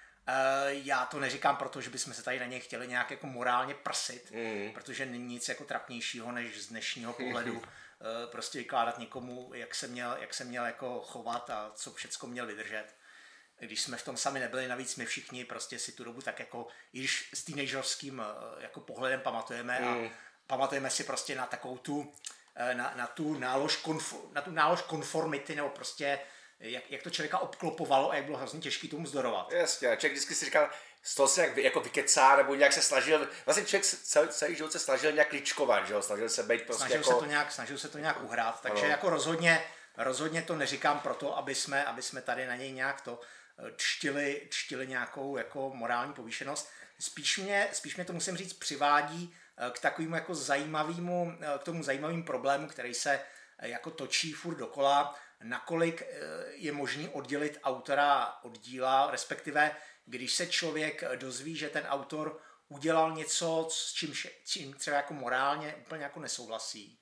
Já to neříkám proto, že bychom se tady na něj chtěli nějak jako morálně prsit, protože není nic jako trapnějšího, než z dnešního pohledu prostě vykládat někomu, jak se měl jako chovat a co všecko měl vydržet. Když jsme v tom sami nebyli, navíc my všichni prostě si tu dobu tak jako, i když s teenagerovským jako pohledem pamatujeme a pamatujeme si prostě na takovou tu na tu nálož konformity, nebo prostě jak to člověka obklopovalo a jak bylo hrozně těžké tomu vzdorovat. Jasně, člověk vždycky si říkal, z toho se nějak jako vykecá, nebo nějak se snažil, vlastně člověk celý život se snažil nějak kličkovat, že jo, snažil se být prostě snažil se to nějak uhrát, takže jako rozhodně to neříkám proto, aby jsme tady na něj nějak to, čtili nějakou jako morální povýšenost. Spíš mě to musím říct přivádí k takovému jako k tomu zajímavému problému, který se jako točí furt dokola, nakolik je možný oddělit autora od díla, respektive když se člověk dozví, že ten autor udělal něco, s čím třeba jako morálně úplně jako nesouhlasí.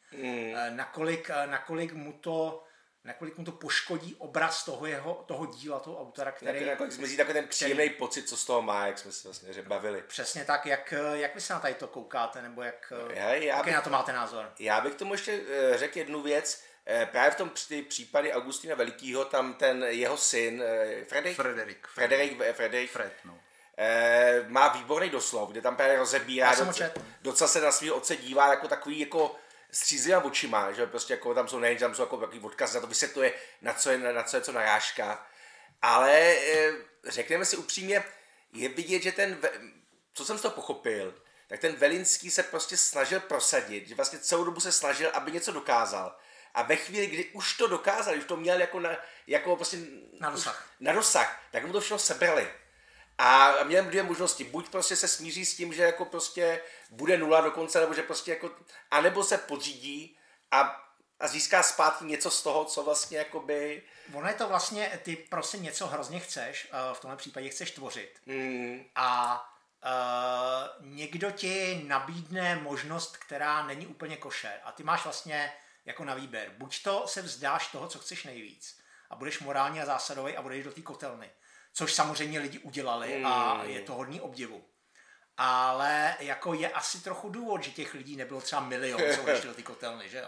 Nakolik mu to poškodí obraz toho díla, toho autora, který... Nakolik zmizí takový ten příjemný pocit, co z toho má, jak jsme se vlastně bavili. Přesně tak, jak vy se na tady to koukáte, nebo jaký na to máte názor? Já bych tomu ještě řekl jednu věc. Právě v tom případě Augustina Velikýho, tam ten jeho syn, Frederik, má výborný doslov, kde tam právě rozebírá, docela se na svého otce dívá jako takový jako střízlivá očima, že prostě jako tam jsou jako takový odkaz, na to vysvětluje, na co je co narážka. Ale řekneme si upřímně, je vidět, že co jsem z toho pochopil, tak ten Velinský se prostě snažil prosadit, že vlastně celou dobu se snažil, aby něco dokázal. A ve chvíli, kdy už to dokázal, už to měl jako prostě na dosah, tak mu to všechno sebrali. A měl dvě možnosti, buď prostě se smíří s tím, že jako prostě bude 0 dokonce, nebo že prostě jako, anebo se podřídí a získá zpátky něco z toho, co vlastně jakoby... Ono je to vlastně, ty prostě něco hrozně chceš, v tomhle případě chceš tvořit. A někdo ti nabídne možnost, která není úplně košer. A ty máš vlastně jako na výběr. Buď to se vzdáš toho, co chceš nejvíc a budeš morální a zásadový a budeš do té kotelny. Což samozřejmě lidi udělali a je to hodný obdivu. Ale jako je asi trochu důvod, že těch lidí nebylo třeba 1 000 000, co odešli do té kotelny, že jo.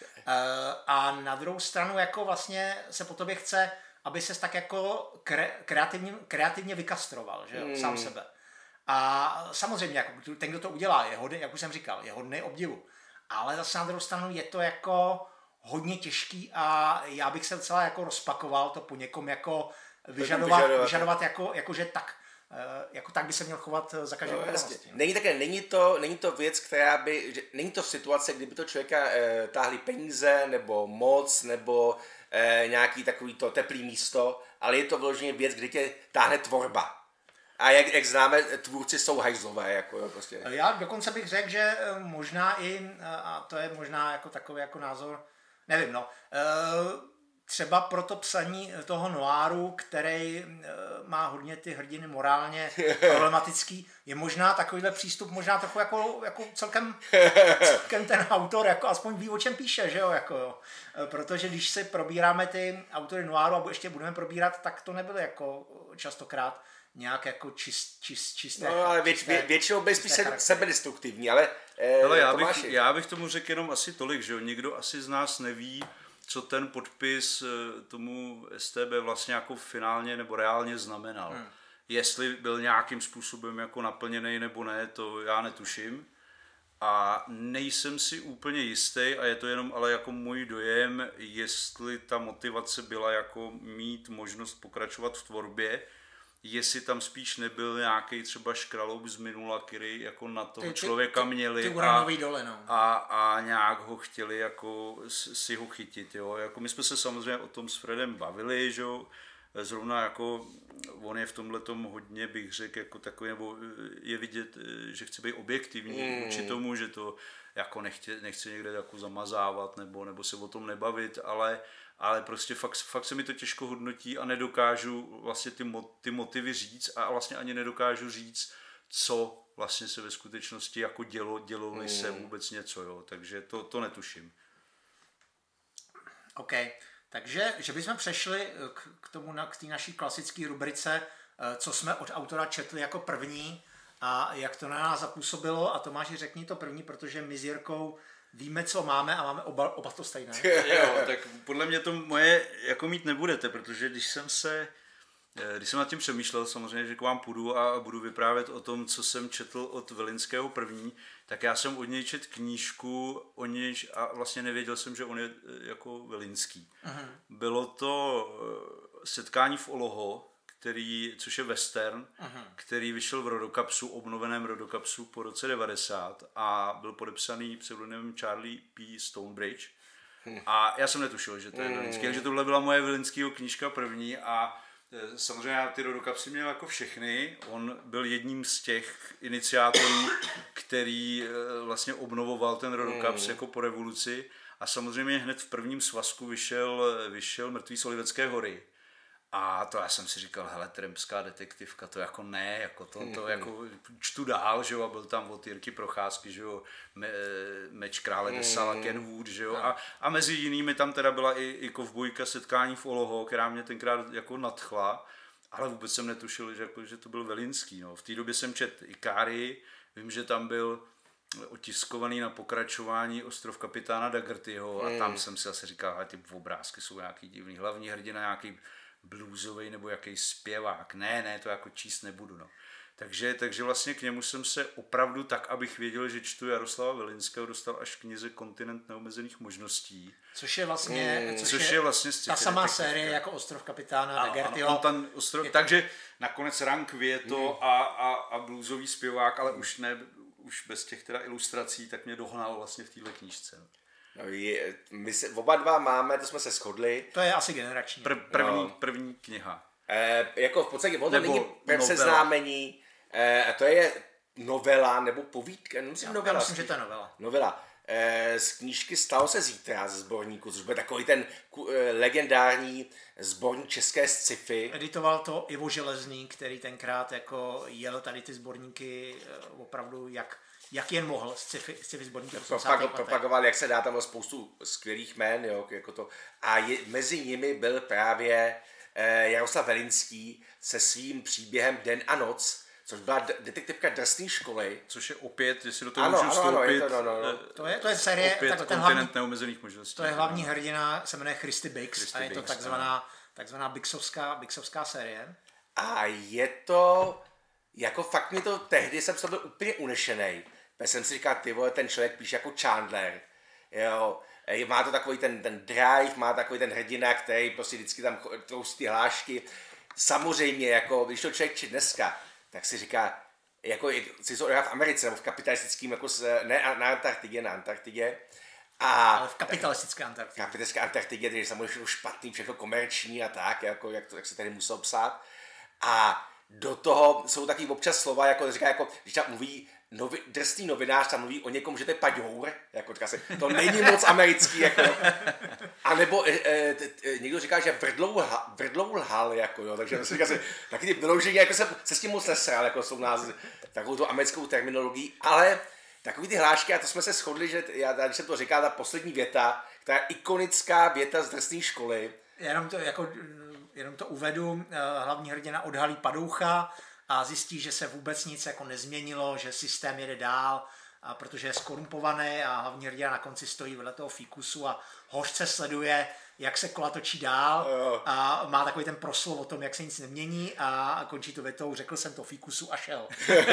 A na druhou stranu jako vlastně se po tobě chce, aby ses tak jako kreativně vykastroval, že jo, sám sebe. A samozřejmě, jako ten, kdo to udělá, je hodný, jak už jsem říkal, je hodný obdivu. Ale zase na druhou stranu je to jako hodně těžký a já bych se docela jako rozpakoval to po někom jako vyžadovat jako že tak. Jako tak by se měl chovat za každou okolností. Není to věc, která by, není to situace, kdyby to člověka táhli peníze, nebo moc, nebo nějaký takový to teplý místo, ale je to vyloženě věc, kdy tě táhne tvorba. A jak známe, tvůrci jsou hajzlové, jako jo, prostě. Já dokonce bych řekl, že možná a to je možná jako takový jako názor, nevím, no, třeba pro to psaní toho noáru, který má hodně ty hrdiny morálně problematický, je možná takovýhle přístup možná trochu jako celkem ten autor jako aspoň ví, o čem píše, že jo, jako jo. Protože když si probíráme ty autory noáru a ještě budeme probírat, tak to nebyly jako častokrát nějak jako čisté. No, ale většinou byl spíš sebedestruktivní, ale já bych tomu řekl jenom asi tolik, že jo, nikdo asi z nás neví, co ten podpis tomu STB vlastně jako finálně nebo reálně znamenal. Jestli byl nějakým způsobem jako naplněný nebo ne, to já netuším. A nejsem si úplně jistý, a je to jenom ale jako můj dojem, jestli ta motivace byla jako mít možnost pokračovat v tvorbě, jestli tam spíš nebyl nějaký třeba škraloup z minula, který jako na toho člověka měli a nějak ho chtěli jako si ho chytit. Jo. Jako my jsme se samozřejmě o tom s Fredem bavili, že jo. Zrovna jako on je v tomhletom hodně, bych řekl, jako takový, nebo je vidět, že chce být objektivní vůči tomu, že to jako nechce někde jako zamazávat nebo se o tom nebavit, ale prostě fakt se mi to těžko hodnotí a nedokážu vlastně ty motivy říct a vlastně ani nedokážu říct, co vlastně se ve skutečnosti jako dělo-li se vůbec něco, jo, takže to netuším. OK, takže že bychom přešli k té naší klasické rubrice, co jsme od autora četli jako první a jak to na nás zapůsobilo, a Tomáši, řekni to první, protože my s Jirkou víme, co máme a máme oba to stejné. Jo, tak podle mě to moje jako mít nebudete, protože když jsem nad tím přemýšlel, samozřejmě, že k vám půjdu a budu vyprávět o tom, co jsem četl od Velinského první, tak já jsem od něj četl knížku o něj a vlastně nevěděl jsem, že on je jako Velinský. Uh-huh. Bylo to Setkání v Oloho, což je western, který vyšel v Rodokapsu, obnoveném Rodokapsu po roce 90 a byl podepsaný pseudonymem Charlie P. Stonebridge. A já jsem netušil, že to je Velinský, takže tohle byla moje Velinskýho knížka první a Samozřejmě já ty rodokapsy měl jako všechny. On byl jedním z těch iniciátorů, který vlastně obnovoval ten rodokaps jako po revoluci. A samozřejmě hned v prvním svazku vyšel Mrtvý z Olivecké hory. A to já jsem si říkal, hele, Trampská detektivka, to jako ne, jako to jako čtu dál, že jo, a byl tam od Jirky Procházky, že jo, Meč krále Desala, Ken Wood, že jo, a mezi jinými tam teda byla i kovbojka Setkání v Oloho, která mě tenkrát jako nadchla, ale vůbec jsem netušil, že to byl Velinský, no. V té době jsem četl i Káry, vím, že tam byl otiskovaný na pokračování Ostrov kapitána Dagertyho a tam jsem si asi říkal, ale ty obrázky jsou nějaký divný, hlavní hrdina nějaký bluesový nebo jaký zpěvák. Ne, to jako číst nebudu. No. Takže vlastně k němu jsem se opravdu tak, abych věděl, že čtu Jaroslava Velinského, dostal až v knize Kontinent neomezených možností. Což je vlastně ta samá série jako Ostrov kapitána Dagertyho. Takže nakonec Rank je to a bluesový zpěvák, ale už bez těch teda ilustrací, tak mě dohnal vlastně v téhle knížce. No. No, my se oba dva máme, to jsme se shodli. To je asi generační. První kniha. Jako v podstatě to není seznámení, to je novela nebo povídka. Já myslím, že to je novela. Novela. Z knížky Stalo se zítra ze sborníku, což byl takový ten legendární sborník české sci-fi. Editoval to Ivo Železný, který tenkrát jako jel tady ty sborníky opravdu jak jen mohl, sci-fi sborníky. Propagoval, jak se dá, tam bylo spoustu skvělých jmén, jo, jako to. A mezi nimi byl právě Jaroslav Velinský se svým příběhem Den a noc, což byla detektivka Drsné školy. Což je opět, jestli do toho můžu vstoupit. To je série, opět Kontinent neomezených možností. To je hlavní hrdina, se jmenuje Christy Biggs a je to takzvaná Biggsovská série. A je to, jako fakt mi to, tehdy jsem byl úplně unešenej. Já jsem si říkal, ty vole, ten člověk píše jako Chandler, jo. Má to takový ten drive, má takový ten hrdina, který prostě vždycky tam trousí ty hlášky. Samozřejmě, jako, když to člověk čte dneska, tak si říká, jako si to v Americe, nebo v kapitalistickém, jako ne na Antarktidě, na Antarktidě. Ale v kapitalistické Antarktidě. V kapitalistické Antarktidě, kde je samozřejmě všechno špatný, všechno komerční a tak, jako, jak se tady musel psát. A do toho jsou taky občas slova, jako říká, jako, když tam mluví drsný novinář, tam mluví o někom, že to je paďour, jako to není moc americký, jako. A nebo někdo říká, že vrdlou lhal, jako, jo, takže si říká, taky ty vyložení, jako se s tím moc nesral, jako jsou nás takovou tu americkou terminologií, ale takový ty hlášky, a to jsme se shodli, že když jsem to říkal, ta poslední věta, která je ikonická věta z Drsné školy. Jenom to uvedu, hlavní hrdina odhalí padoucha a zjistí, že se vůbec nic jako nezměnilo, že systém jede dál, protože je skorumpovaný a hlavní hrdina na konci stojí vedle toho fíkusu a hořce sleduje, jak se kola točí dál a má takový ten proslov o tom, jak se nic nemění a končí to větou, řekl jsem to fíkusu a šel.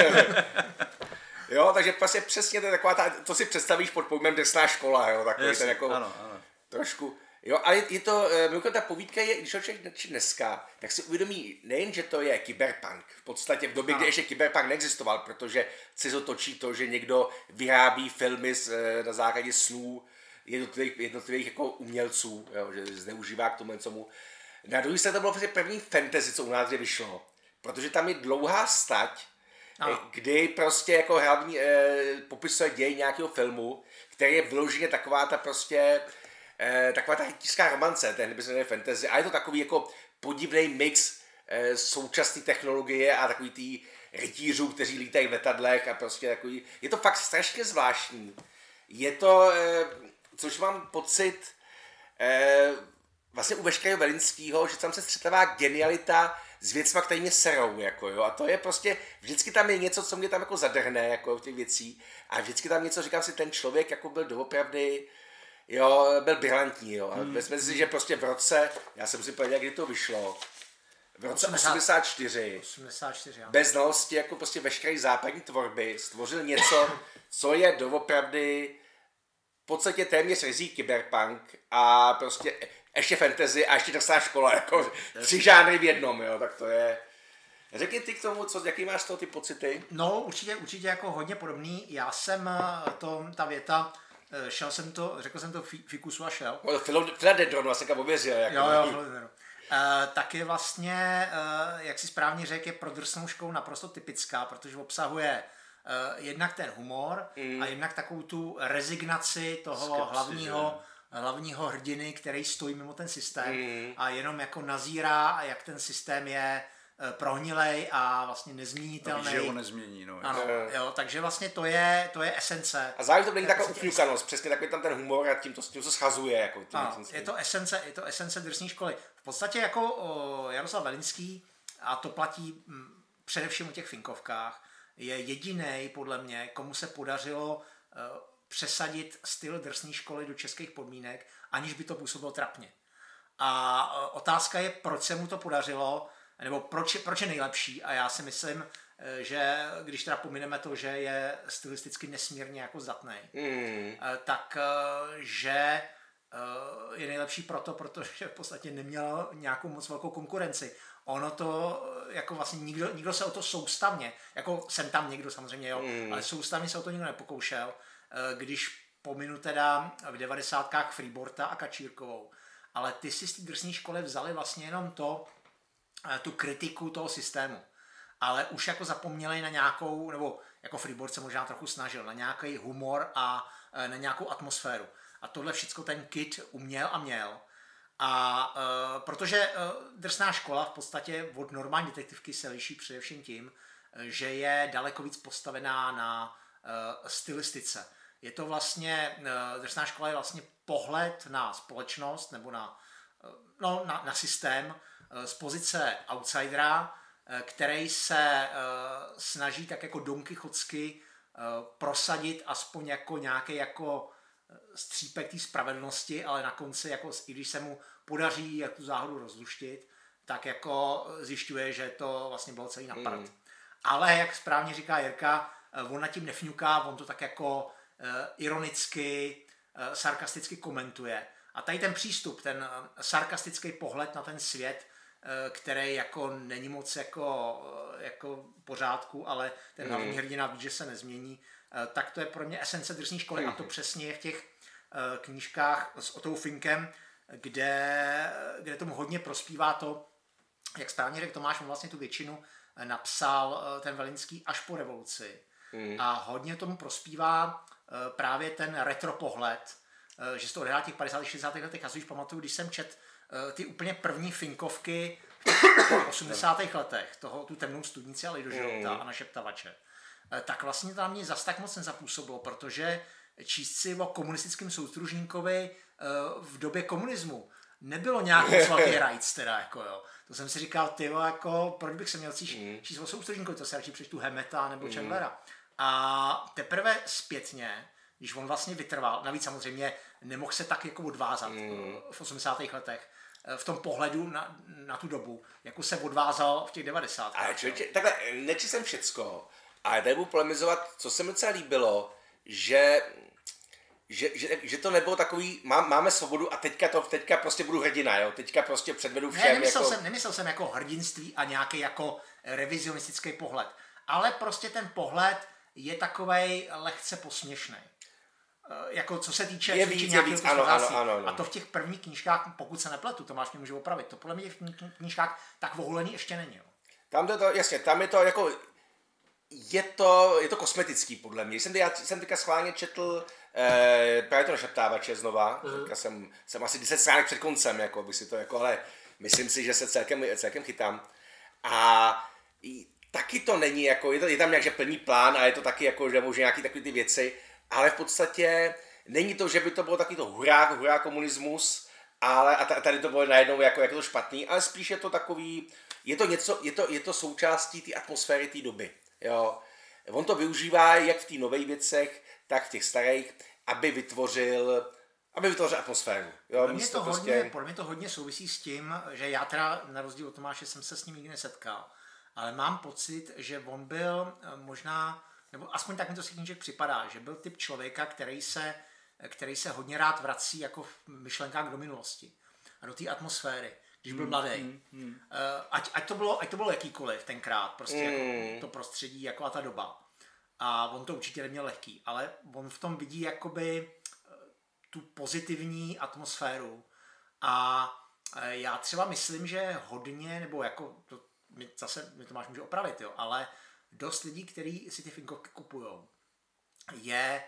Jo, takže vlastně přesně to je taková to si představíš pod pojmem Drsná škola, jo, takový yes, ten jako ano. Trošku. Jo, ale je to, ta povídka je, když ho člověk čte dneska, tak si uvědomí nejen, že to je kyberpunk, v podstatě v době, kdy ještě kyberpunk neexistoval, protože se to točí to, že někdo vyrábí filmy na základě snů jednotlivých jako umělců, jo, že zneužívá k tomu. Na druhé straně to bylo vlastně první fantasy, co u nás vyšlo, protože tam je dlouhá stať, kdy prostě jako hlavní popisuje děj nějakého filmu, který je vyloženě taková ta prostě taková ta hittická romance, ten by se jmenuje fantasy, a je to takový jako podivný mix současné technologie a takový tý rytířů, kteří lítají v letadlech a prostě takový, je to fakt strašně zvláštní. Je to, což mám pocit, vlastně u veškerého Velinského, že tam se střetává genialita s věcma, které mě serou, jako jo, a to je prostě, vždycky tam je něco, co mě tam jako zadrhne, jako v těch věcí, a vždycky tam něco, říkám si, ten člověk jako byl doopravdy, jo, byl brilantní, jo. Vezme si, že prostě v roce, já jsem si povedal, kdy to vyšlo, v roce 84, bez znalosti jako prostě veškeré západní tvorby, stvořil něco, co je doopravdy v podstatě téměř rizí kyberpunk a prostě ještě fantasy a ještě Drsná škola, jako 3 žánry v jednom, jo, tak to je. Řekni ty k tomu, jaký máš z toho ty pocity? No, určitě jako hodně podobný. Já jsem ta věta, řekl jsem to fikusu a šel. Philadelphia vlastně kam ověřil. Jako. Jo, tak je vlastně, jak si správně řekl, je pro drsnou školu naprosto typická, protože obsahuje jednak ten humor a jednak takovou tu rezignaci toho hlavního hrdiny, který stojí mimo ten systém a jenom jako nazírá, jak ten systém je prohnilej a vlastně nezměnitelný. Že ho nezmění, no. Ano, jo, takže vlastně to je esence. A zároveň to není taková ufňukanost, přesně takový tam ten humor a tím se schazuje. Jako je to esence drsné školy. V podstatě jako Jaroslav Velinský, a to platí především o těch finkovkách, je jedinej podle mě, komu se podařilo přesadit styl drsné školy do českých podmínek, aniž by to působilo trapně. A otázka je, proč se mu to podařilo, nebo proč je nejlepší. A já si myslím, že když teda pomineme to, že je stylisticky nesmírně jako zdatný, tak že je nejlepší protože v podstatě neměl nějakou moc velkou konkurenci. Ono to, jako vlastně nikdo se o to soustavně, jako jsem tam někdo samozřejmě, jo, ale soustavně se o to nikdo nepokoušel, když pominu teda v 90kách Freeborta a Kačírkovou. Ale ty si z té drsné školy vzali vlastně jenom tu kritiku toho systému. Ale už jako zapomněli na nějakou, nebo jako Freeboard se možná trochu snažil, na nějaký humor a na nějakou atmosféru. A tohle všecko ten Kid uměl a měl. A protože drsná škola v podstatě od normální detektivky se liší především tím, že je daleko víc postavená na stylistice. Je to vlastně, drsná škola je vlastně pohled na společnost nebo na systém z pozice outsidera, který se snaží tak jako Don Quixotsky prosadit aspoň jako nějaký jako střípek té spravedlnosti, ale na konci, jako, i když se mu podaří jak tu záhodu rozluštit, tak jako zjišťuje, že to vlastně bylo celý na prd. Ale jak správně říká Jirka, on nad tím nefňuká, on to tak jako ironicky, sarkasticky komentuje. A tady ten přístup, ten sarkastický pohled na ten svět, který jako není moc jako pořádku, ale ten hlavní hrdina ví, že se nezmění, tak to je pro mě esence drsné školy a to přesně je v těch knížkách s Otou Finkem, kde tomu hodně prospívá to, jak správně řekl Tomáš, on vlastně tu většinu napsal ten Velinský až po revoluci. A hodně tomu prospívá právě ten retro pohled, že se to odehrá těch 50. 60. letech. Já si už pamatuju, když jsem čet ty úplně první finkovky v 80. letech, tu Temnou studnici a Lidožrouta a Našeptavače, tak vlastně to na mě zas tak moc nezapůsobilo, protože číst si o komunistickém soustružníkovi v době komunismu nebylo nějak moc velký rajc teda, jako jo. To jsem si říkal, tyjo, jako, proč bych se měl číst o soustružníkovi, to se radši přečtu Hemeta nebo Chandlera. A teprve zpětně, když on vlastně vytrval, navíc samozřejmě nemohl se tak jako odvázat v 80. letech, v tom pohledu na tu dobu, jako se odvázal v těch 90. Ale člověče, takhle, nečetl jsem všecko, ale tady budu polemizovat, co se mi docela líbilo, že to nebylo takový, máme svobodu a teďka prostě budu hrdina, jo, teďka prostě předvedu všem. Nemyslel jsem jako hrdinství a nějaký jako revizionistický pohled, ale prostě ten pohled je takovej lehce posměšný. Jako co se týče víc, ano. A to v těch prvních knížkách, pokud se nepletu, Tomáš mě může opravit, to podle mě v knížkách tak ohulený ještě není. Jo. Tam je to jako, je to kosmetický podle mě. Já jsem teďka schválně četl právě to Našeptávače znova, teďka jsem asi 10 stránek před koncem, jako by si to jako, ale myslím si, že se celkem chytám. A taky to není jako, je tam nějak plný plán a je to taky jako, že možná nějaký takový ty věci, ale v podstatě není to, že by to bylo taky to hurá komunismus, ale a tady to bylo najednou jako to špatný, ale spíš je to takový, je to součástí té atmosféry té doby, jo. On to využívá jak v té nových věcech, tak v těch starých, aby vytvořil atmosféru. Jo, pro mě to hodně souvisí s tím, že já teda na rozdíl od Tomáše jsem se s ním nikdy nesetkal, ale mám pocit, že on byl možná, nebo aspoň tak mi to z knížek připadá, že byl typ člověka, který se hodně rád vrací jako v myšlenkách do minulosti a do té atmosféry, když byl mladý. Ať to bylo jakýkoliv tenkrát, prostě jako to prostředí, jako a ta doba. A on to určitě neměl lehký, ale on v tom vidí jakoby tu pozitivní atmosféru a Já třeba myslím, že hodně, nebo jako, my to máš můžu opravit, jo, ale dost lidí, kteří si ty finkovky kupujou, je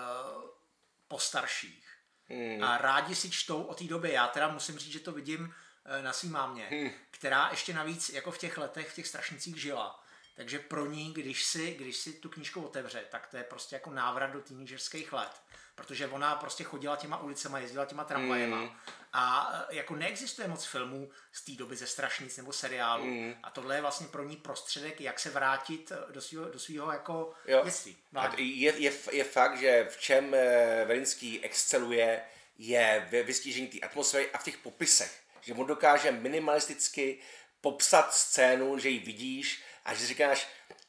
postarších. A rádi si čtou o té době. Já teda musím říct, že to vidím na svý mámě, která ještě navíc jako v těch letech, v těch strašnicích žila. Takže pro ní, když si tu knížku otevře, tak to je prostě jako návrat do teenagerských let. Protože ona prostě chodila těma ulicema, jezdila těma tramvajema. A jako neexistuje moc filmů z té doby ze strašnic nebo seriálu. A tohle je vlastně pro ní prostředek, jak se vrátit do svého jako dětství. Je fakt, že v čem Velinský exceluje, je ve vystížení té atmosféry a v těch popisech. Že on dokáže minimalisticky popsat scénu, že ji vidíš a že si říkáš,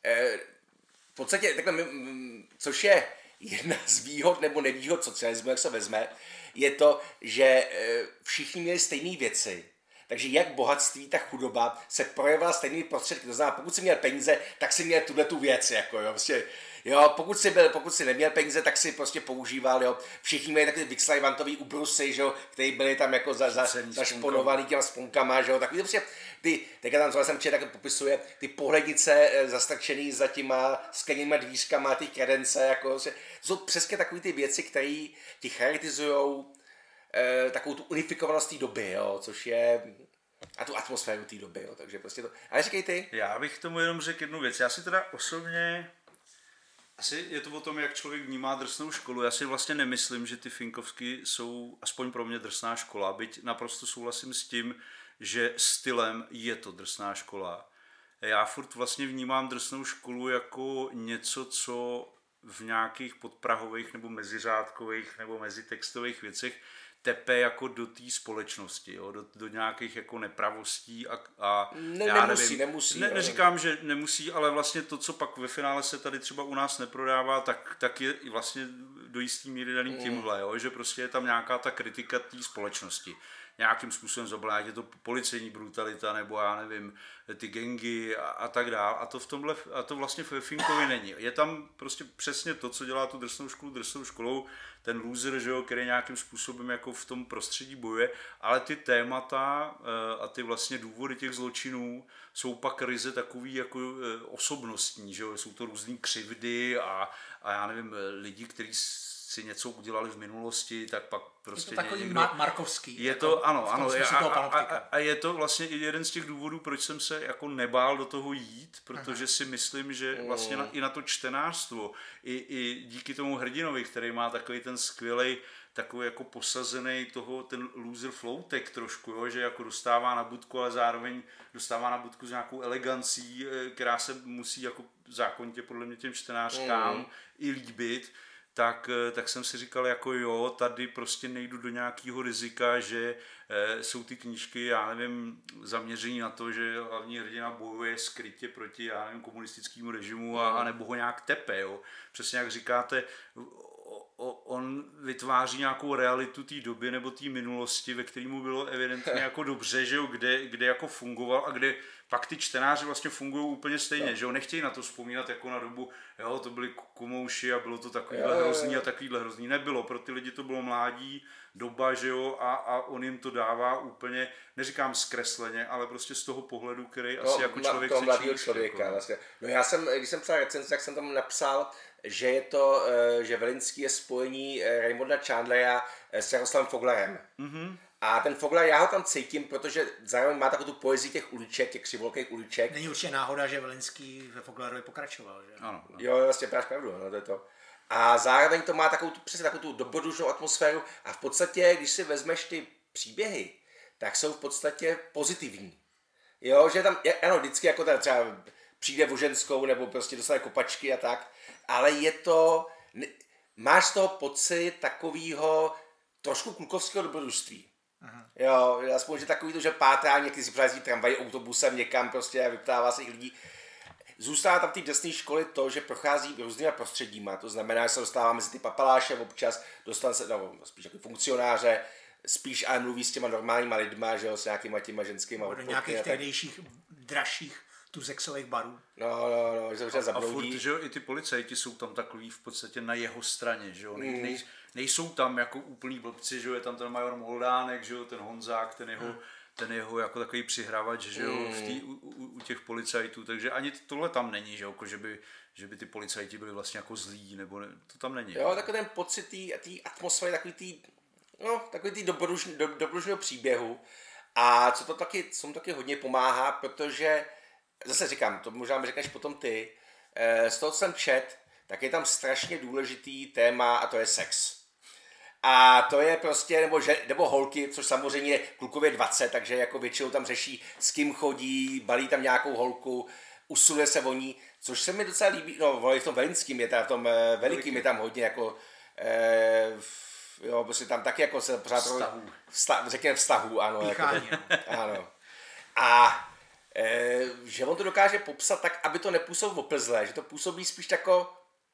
v podstatě takhle, což je jedna z výhod nebo nevýhod socialismu, jak se vezme, je to, že všichni měli stejné věci. Takže jak bohatství, tak chudoba se projevila stejný prostředky. To znamená, pokud jsi měl peníze, tak si měl tu věc. Jako, jo, prostě, jo, pokud jsi neměl peníze, tak si prostě používal. Jo. Všichni měli takové Vixlajvantový ubrusy, že jo, který byly tam jako zašponovaný těma sponkama. Že jo, takový prostě, teďka tam jsem tak popisuje, ty pohlednice zastrčený za těma skleněnýma dvířkama, ty kredence. Jako, to jsou přesně takové ty věci, které ti charakterizujou takovou tu unifikovanost té doby, jo, což je a tu atmosféru té doby, jo, takže prostě to. Ale říkej ty. Já bych tomu jenom řekl jednu věc. Já si teda osobně, asi je to o tom, jak člověk vnímá drsnou školu. Já si vlastně nemyslím, že ty finkovsky jsou, aspoň pro mě, drsná škola, byť naprosto souhlasím s tím, že stylem je to drsná škola. Já furt vlastně vnímám drsnou školu jako něco, co v nějakých podprahových nebo meziřádkových nebo mezitextových věcech tepe jako do té společnosti, jo? Do nějakých jako nepravostí a nemusí. Neříkám, že nemusí, ale vlastně to, co pak ve finále se tady třeba u nás neprodává, tak je vlastně do jistý míry daný tímhle, jo? Že prostě je tam nějaká ta kritika té společnosti. Nějakým způsobem zabládě to policejní brutalita, nebo já nevím, ty gangy a tak dál. A to vlastně ve Finkovi není. Je tam prostě přesně to, co dělá tu drsnou školou, ten loser, že jo, který nějakým způsobem jako v tom prostředí bojuje, ale ty témata a ty vlastně důvody těch zločinů jsou pak ryze takový jako osobnostní, že jo, jsou to různý křivdy a já nevím, lidi, kteří si něco udělali v minulosti, tak pak prostě je to takový markovský. Je to, ano, a je to vlastně i jeden z těch důvodů, proč jsem se jako nebál do toho jít, protože si myslím, že vlastně i na to čtenářstvo, i díky tomu hrdinovi, který má takový ten skvělej, takový jako posazený ten loser floutek trošku, jo, že jako dostává na budku, ale zároveň dostává na budku s nějakou elegancí, která se musí jako zákonitě podle mě těm čtenářkám i líbit. Tak jsem si říkal, jako jo, tady prostě nejdu do nějakého rizika, že jsou ty knížky, já nevím, zaměření na to, že hlavní hrdina bojuje skrytě proti, já nevím, komunistickému režimu a nebo ho nějak tepe, jo. Přesně jak říkáte, on vytváří nějakou realitu té doby nebo té minulosti, ve které mu bylo evidentně jako dobře, že jo, kde jako fungoval a kde pak ty čtenáři vlastně fungují úplně stejně, že jo, nechtějí na to vzpomínat jako na dobu, jo, to byly komouši a bylo to takovýhle hrozný a takovýhle hrozný. Nebylo, pro ty lidi to bylo mládí, doba, že jo, a on jim to dává úplně, neříkám zkresleně, ale prostě z toho pohledu, který asi jako člověk toho mladého člověka. Jako. Vlastně. No já jsem, když jsem psal recenzi, tak jsem tam napsal, že je to, že Velinský je spojení Raymonda Chandlera s Jaroslavem Foglarem. Mm-hmm. A ten Foglar, já ho tam cítím, protože zároveň má takovou tu poezii těch uliček, těch křivolkých uliček. Není určitě náhoda, že Velinský ve Foglarovi pokračoval, že? Ano. Jo, vlastně máš pravdu, no, to je to. A zároveň to má přesně takovou tu dobrodružnou atmosféru a v podstatě, když si vezmeš ty příběhy, tak jsou v podstatě pozitivní. Jo, že tam, ano, vždycky jako třeba přijde o ženskou nebo prostě dostane kopačky a tak, ale je to, máš z toho pocit takového trošku klukovského dobrodružství. Aha. Jo, aspoň, že takový to, že pátrá, někdy si přijezdí tramvaj autobusem někam prostě a vyptává se jich lidí. Zůstává tam v té drsné školy to, že prochází různýma prostředíma, to znamená, že se dostává mezi ty papaláše občas, dostane se, no, spíš jako funkcionáře, spíš ale mluví s těma normálníma lidma, že jo, s nějakýma těma ženskýma. Do nějakých tehdejších dražších tuzexových barů. No, že se třeba zabroudí. A furt, že jo, i ty policajti jsou tam takový v podstatě na jeho straně, že jo, nejsou tam jako úplný blbci, že jo, je tam ten major Moldánek, že jo, ten Honzák, ten ten jeho jako takový přihrávač, že jo, u těch policajtů, takže ani tohle tam není, že jo, jako že by ty policajti byli vlastně jako zlí, nebo ne, to tam není. Jo, takový ten pocit té atmosféry, takový tý dobrodružného příběhu. A co mu taky hodně pomáhá, protože, zase říkám, to možná mi řekneš potom ty, z toho, co jsem čet, tak je tam strašně důležitý téma a to je sex. A to je prostě, nebo holky, což samozřejmě klukově 20, takže jako většinou tam řeší, s kým chodí, balí tam nějakou holku, usiluje se o ní, což se mi docela líbí, no v tom velinským je v tom velikým je tam hodně jako, jo, prostě tam taky jako se pořád řekněme vztahu, ano. Píchání, jako, ano. A že on to dokáže popsat tak, aby to nepůsobilo oplzlé, že to působí spíš jako,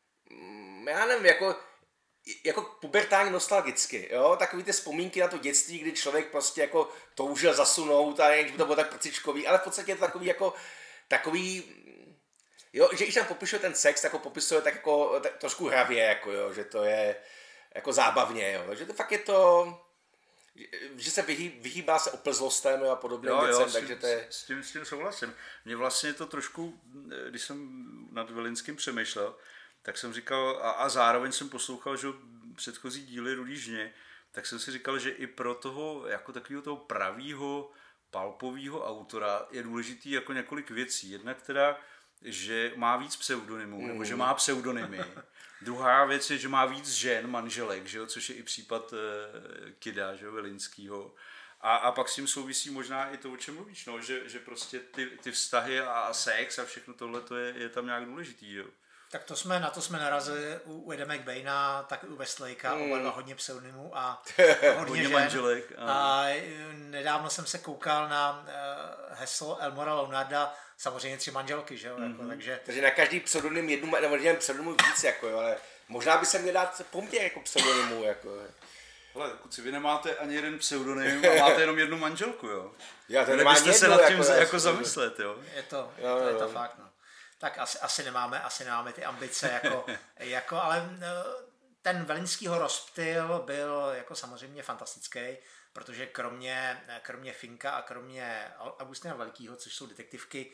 já nevím, jako pubertálně nostalgicky, jo, takový ty vzpomínky na to dětství, kdy člověk prostě jako toužil zasunout a jak by to bylo tak prcičkový, ale v podstatě je to takový, jo, že když tam popisuje ten sex, tak ho popisuje tak jako trošku hravě, jako jo, že to je jako zábavně, jo, že to fakt je to, že se vyhýbá se oplzlostem a podobným věcem, takže to je... S tím souhlasím. Mně vlastně to trošku, když jsem nad Velinským přemýšlel, tak jsem říkal, a zároveň jsem poslouchal, že předchozí díly Rudý žně, tak jsem si říkal, že i pro toho, jako takového toho pravýho, palpovýho autora je důležitý jako několik věcí. Jednak teda, že má víc pseudonymů, nebo že má pseudonymy. Druhá věc je, že má víc žen, manželek, že jo, což je i případ Kida, že jo, Velinskýho. A pak s tím souvisí možná i to, o čem mluvíš, no, že prostě ty vztahy a sex a všechno tohle to je tam nějak důležitý, jo. Tak na to jsme narazili u Adama McBaina, tak i u Westlakea, oba dva hodně pseudonymů a hodně žen. Manželek. A nedávno jsem se koukal na heslo Elmora Leonarda, samozřejmě 3 manželky, že jo, jako, takže na každý pseudonym nebo jeden pseudonym víc, jako jo, ale možná by se měl dát poměr jako pseudonymů, jako. Hele, kuci, vy nemáte ani jeden pseudonym a máte jenom jednu manželku, jo. Já to nemám jednu, se nad tím jako zamyslet, jo. Je to fakt, no. Tak asi nemáme ty ambice, ale ten Velinskýho rozptyl byl jako samozřejmě fantastický, protože kromě Finka a kromě Augustina Velikýho, což jsou detektivky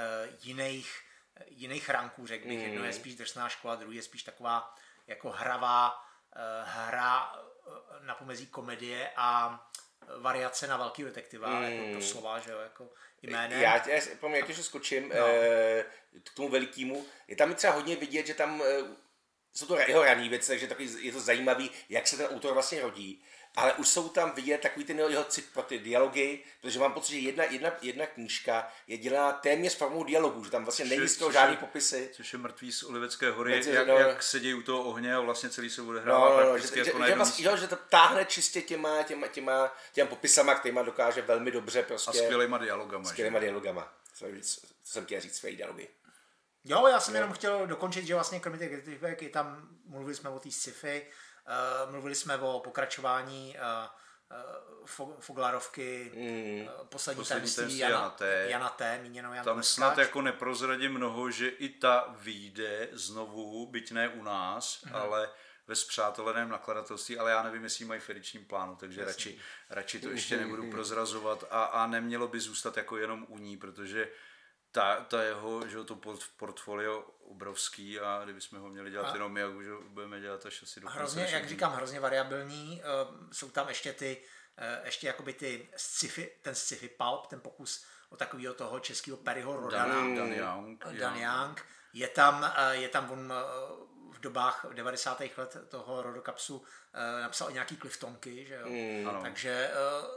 jiných ranků, řekl bych, jedno je spíš Drsná škola, druhý je spíš taková jako hra na pomezí komedie a variace na velký detektiva, jako doslova, že jo, jako jménem. Já když skočím k tomu Velikýmu, je tam třeba hodně vidět, že tam jsou to jeho raný věci, takže je to zajímavý, jak se ten autor vlastně rodí, ale už jsou tam vidět takový ten jeho cit pro ty dialogy, protože mám pocit, že jedna knížka je dělaná téměř formou dialogů, že tam vlastně není skoro žádný popisy. Což je Mrtví z Olivecké hory, jak sedí u toho ohně a vlastně celý se odehrává prakticky jako na jednom místě. Že to táhne čistě těma popisama, kterýma dokáže velmi dobře prostě. A skvělejma dialogama. Co jsem chtěl říct, své dialogy. Jo, já jsem jenom chtěl dokončit, že vlastně kromě těch detektivek i tam mluvili jsme o té sci-fi, mluvili jsme o pokračování Foglarovky, poslední tajemství Jana T. míněno Jan Tam Tleskač. snad jako neprozradím mnoho, že i ta vyjde znovu, byť ne u nás, ale ve spřáteleném nakladatelství, ale já nevím, jestli mají v edičním plánu, takže radši to ještě nebudu prozrazovat a nemělo by zůstat jako jenom u ní, protože ta jeho, že to portfolio obrovský a kdybychom ho měli dělat jenom jak už budeme dělat až asi do konce. Jak říkám, hrozně variabilní, jsou tam ještě jakoby ten sci-fi pulp, ten pokus o takového toho českého Perryho Rodana. Dan Young. Je tam on v dobách 90. let toho Rodokapsu napsal nějaký Cliftonky, že jo? Takže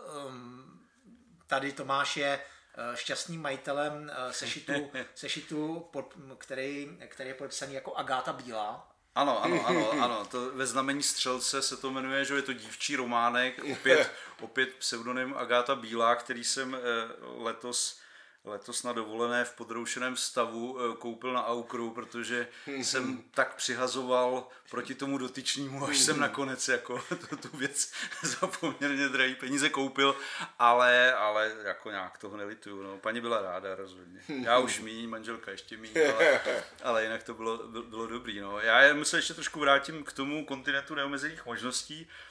tady Tomáš je šťastným majitelem sešitu, který je podepsaný jako Agáta Bílá. Ano, to ve znamení střelce se to jmenuje, že je to dívčí románek, opět pseudonym Agáta Bílá, který jsem letos na dovolené v podroušeném stavu koupil na Aukru, protože jsem tak přihazoval proti tomu dotyčnímu, až jsem nakonec jako tu věc za poměrně drahý peníze koupil, ale jako nějak toho nelituju. No. Paní byla ráda rozhodně. Já už míň, manželka ještě míň, ale jinak to bylo dobrý. No. Já se ještě trošku vrátím k tomu kontinentu neomezených možností.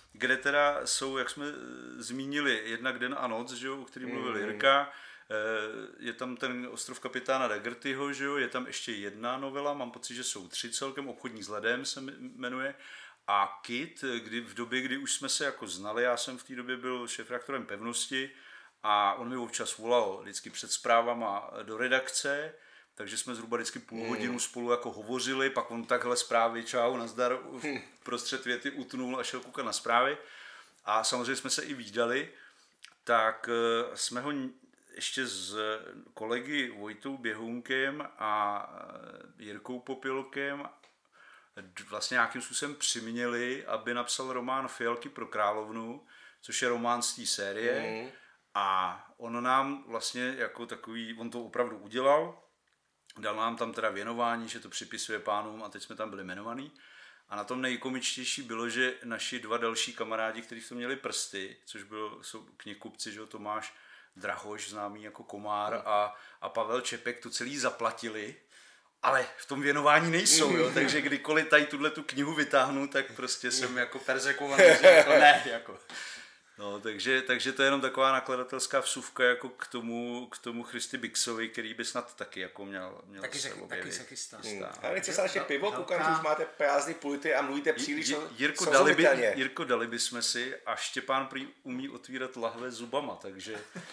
kde teda jsou, jak jsme zmínili, Jednak den a noc, že jo, o který mluvil Jirka, je tam ten Ostrov kapitána Dagertyho, že jo, je tam ještě jedna novela, mám pocit, že jsou 3 celkem, Obchodník s ledem se jmenuje, a Kit, v době, kdy už jsme se jako znali, já jsem v té době byl šéfredaktorem Pevnosti a on mi občas volal vždycky před zprávama do redakce, takže jsme zhruba vždycky půl hodinu spolu jako hovořili, pak on takhle zprávy, čau, nazdar, prostřed věty utnul a šel koukat na zprávy. A samozřejmě jsme se i vídali, tak jsme ho ještě s kolegy Vojtou Běhounkem a Jirkou Popilkem vlastně nějakým způsobem přiměli, aby napsal román Fialky pro královnu, což je román z té série. A on nám vlastně jako takový, on to opravdu udělal, dal nám tam teda věnování, že to připisuje pánům a teď jsme tam byli jmenovaní. A na tom nejkomičtější bylo, že naši 2 další kamarádi, kteří v tom měli prsty, což jsou knihkupci, že Tomáš Drahoš, známý jako Komár, a Pavel Čepek, to celý zaplatili, ale v tom věnování nejsou, jo? Takže kdykoliv tady tu knihu vytáhnu, tak prostě jsem jako perzekovaný, že jako ne, jako. No, takže to je jenom taková nakladatelská vsuvka jako k tomu Christy Bixovi, který by snad taky jako měl taky se objevit. Taky se chystá. Ale nechce se naše pivo, koukám, že už máte prázdný pulty a mluvíte příliš Jirko, dali bychom si, a Štěpán prý umí otvírat lahve zubama, takže...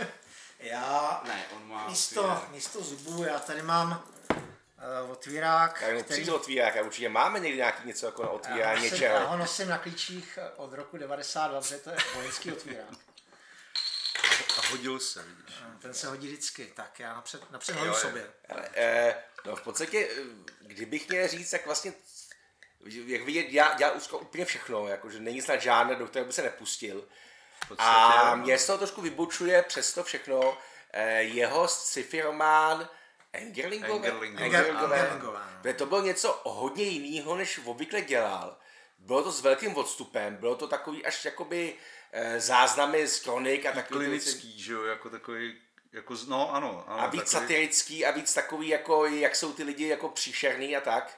On má místo zubů, já tady mám otvírák, který... otvírák, a určitě máme někdy nějaký něco jako na otvírání něčeho. Já ho nosím na klíčích od roku 92, protože to je vojenský otvírák. A hodil se, vidíš. Ten se hodí vždycky, tak já napřed hodím sobě. No v podstatě, kdybych měl říct, tak vlastně, jak vidět, dělal úplně všechno, jakože není snad žádné, do kterého by se nepustil. A mě z toho trošku vybočuje přesto všechno jeho sci-fi román Engerlingové. To bylo něco hodně jiného, než obvykle dělal. Bylo to s velkým odstupem, bylo to takový až jakoby záznamy z kronik a takový klinický, že jo, jako takový, jako, no ano. A víc takový... satirický a víc takový, jako, jak jsou ty lidi jako příšerný a tak.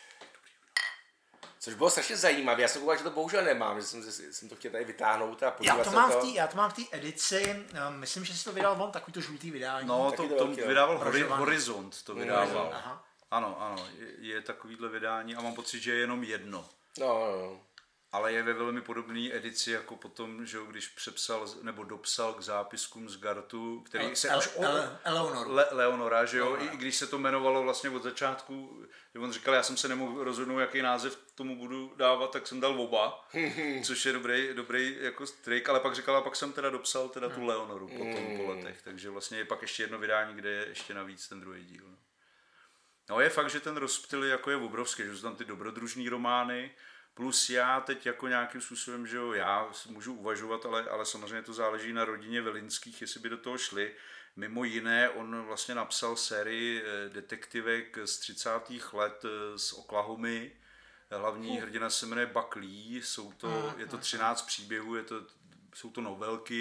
Což bylo strašně zajímavé, já jsem koukal, že to bohužel nemám, že jsem to chtěl tady vytáhnout a podívat se to. Já to mám v té edici, myslím, že si to vydal on, takový to žlutý vydání. No, to vydával Horizont, to vydával. Ano, je takovýhle vydání a mám pocit, že je jenom jedno. No. Ale je ve velmi podobné edici, jako potom, že když přepsal nebo dopsal k zápiskům z Gartu, který se už Leonora, že jo, i když se to jmenovalo vlastně od začátku, že on říkal, já jsem se nemohl rozhodnout, jaký název tomu budu dávat, tak jsem dal oba, což je dobrý jako trik, ale pak říkal, a pak jsem teda dopsal teda tu Leonoru potom po letech, takže vlastně je pak ještě jedno vydání, kde je ještě navíc ten druhý díl. No je fakt, že ten rozptyl jako je obrovský, že jsou tam ty dobrodružný romány, plus já teď jako nějakým způsobem, že jo, já můžu uvažovat, ale samozřejmě to záleží na rodině Velinských, jestli by do toho šli. Mimo jiné, on vlastně napsal sérii detektivek z 30. let z Oklahomy. Hlavní hrdina se jmenuje Buck Lee, je to 13 příběhů, jsou to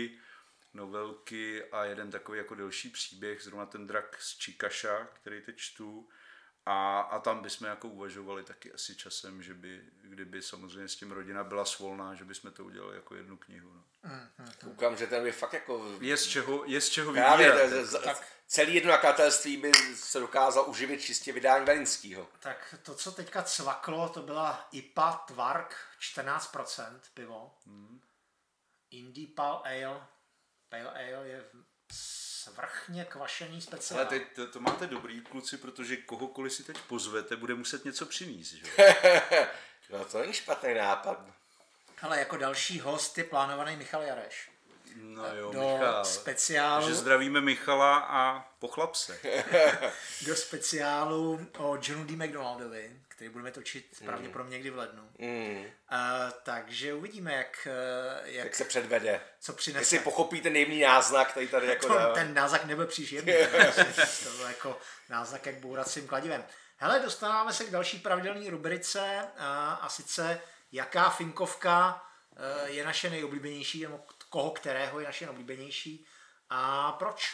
novelky a jeden takový jako delší příběh, zrovna ten Drak z Chicaša, který teď čtu. A tam bychom jako uvažovali taky asi časem, že kdyby samozřejmě s tím rodina byla svolná, že bychom to udělali jako jednu knihu. No. Koukám, že ten by fakt jako... Je z čeho vybírat. Celý jedno nakladatelství by se dokázal uživit čistě vydání Velinskýho. Tak to, co teďka cvaklo, to byla IPA Tvark, 14% pivo. Indie Pale Ale je svrchně kvašený speciál. Ale teď to máte dobrý, kluci, protože kohokoliv si teď pozvete, bude muset něco přinést, že? No to není špatný nápad. Ale jako další host je plánovaný Michal Jareš. No jo, do Michal. Speciálu. Takže zdravíme Michala a pochlap se. Do speciálu o Johnu D. McDonaldovi, který budeme točit pravděpodobně někdy v lednu. Takže uvidíme, jak se předvede. Co přinese. Jestli pochopíte nejmný náznak, tady jako ten náznak nebyl příliš jemný. To byl jako náznak jak bouracím kladivem. Hele, dostáváme se k další pravidelné rubrice a sice jaká finkovka je naše nejoblíbenější, nebo kterého je naše nejoblíbenější a proč?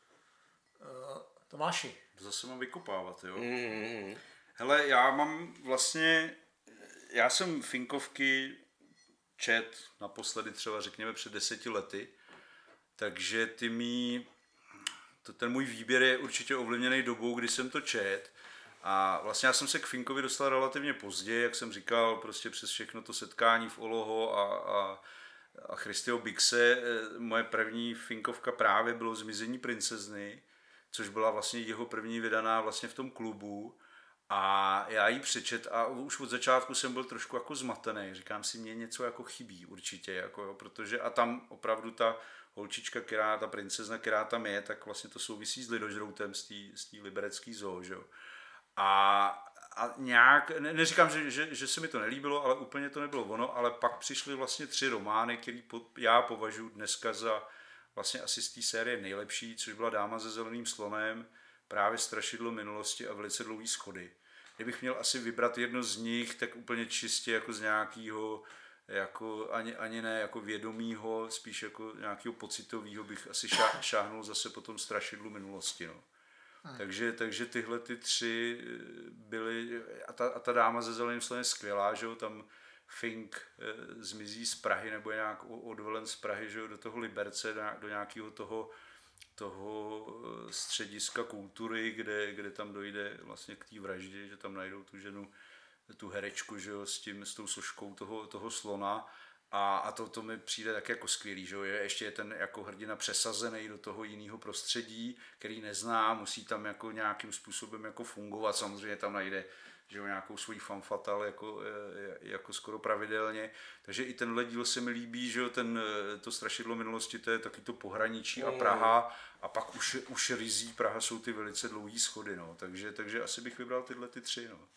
Tomáši. Zase mám vykopávat, jo? Hele, já jsem finkovky čet naposledy třeba řekněme před 10 lety, takže ten můj výběr je určitě ovlivněný dobou, kdy jsem to čet. A vlastně já jsem se k Finkovi dostal relativně pozdě, jak jsem říkal, prostě přes všechno to setkání v Oloho a Christyho Bixe. Moje první Finkovka právě bylo Zmizení princezny, což byla vlastně jeho první vydaná vlastně v tom klubu. A já ji přečet a už od začátku jsem byl trošku jako zmatený. Říkám si, mě něco jako chybí určitě, jako jo, protože a tam opravdu ta holčička, ta princezna, která tam je, tak vlastně to souvisí s lidožroutem z té liberecký zoo, že jo. A nějak, neříkám, že se mi to nelíbilo, ale úplně to nebylo ono, ale pak přišly vlastně 3 romány, které já považuji dneska za vlastně asi z té série nejlepší, což byla Dáma se zeleným slonem, právě Strašidlo minulosti a Velice dlouhý schody. Kdybych měl asi vybrat jedno z nich, tak úplně čistě jako z nějakého, jako ani ne jako vědomího, spíš jako nějakého pocitového bych asi šáhnul zase po tom Strašidlu minulosti. No. Takže tyhle ty 3 byly, a ta Dáma se zeleným slonem je skvělá, že jo, tam Fink zmizí z Prahy, nebo je nějak odvelen z Prahy, že jo, do toho Liberce, do nějakého toho střediska kultury, kde tam dojde vlastně k té vraždě, že tam najdou tu ženu, tu herečku, že jo, s tou soškou toho slona. A to mi přijde tak jako skvělý, že jo, ještě je ten jako hrdina přesazený do toho jiného prostředí, který nezná, musí tam jako nějakým způsobem jako fungovat, samozřejmě tam najde, že jo, nějakou svoji femme fatale jako skoro pravidelně, takže i tenhle díl se mi líbí, že jo, to Strašidlo minulosti, to je taky to pohraničí a Praha a pak už rizí Praha jsou ty Velice dlouhý schody, no, takže asi bych vybral tyhle ty 3, no.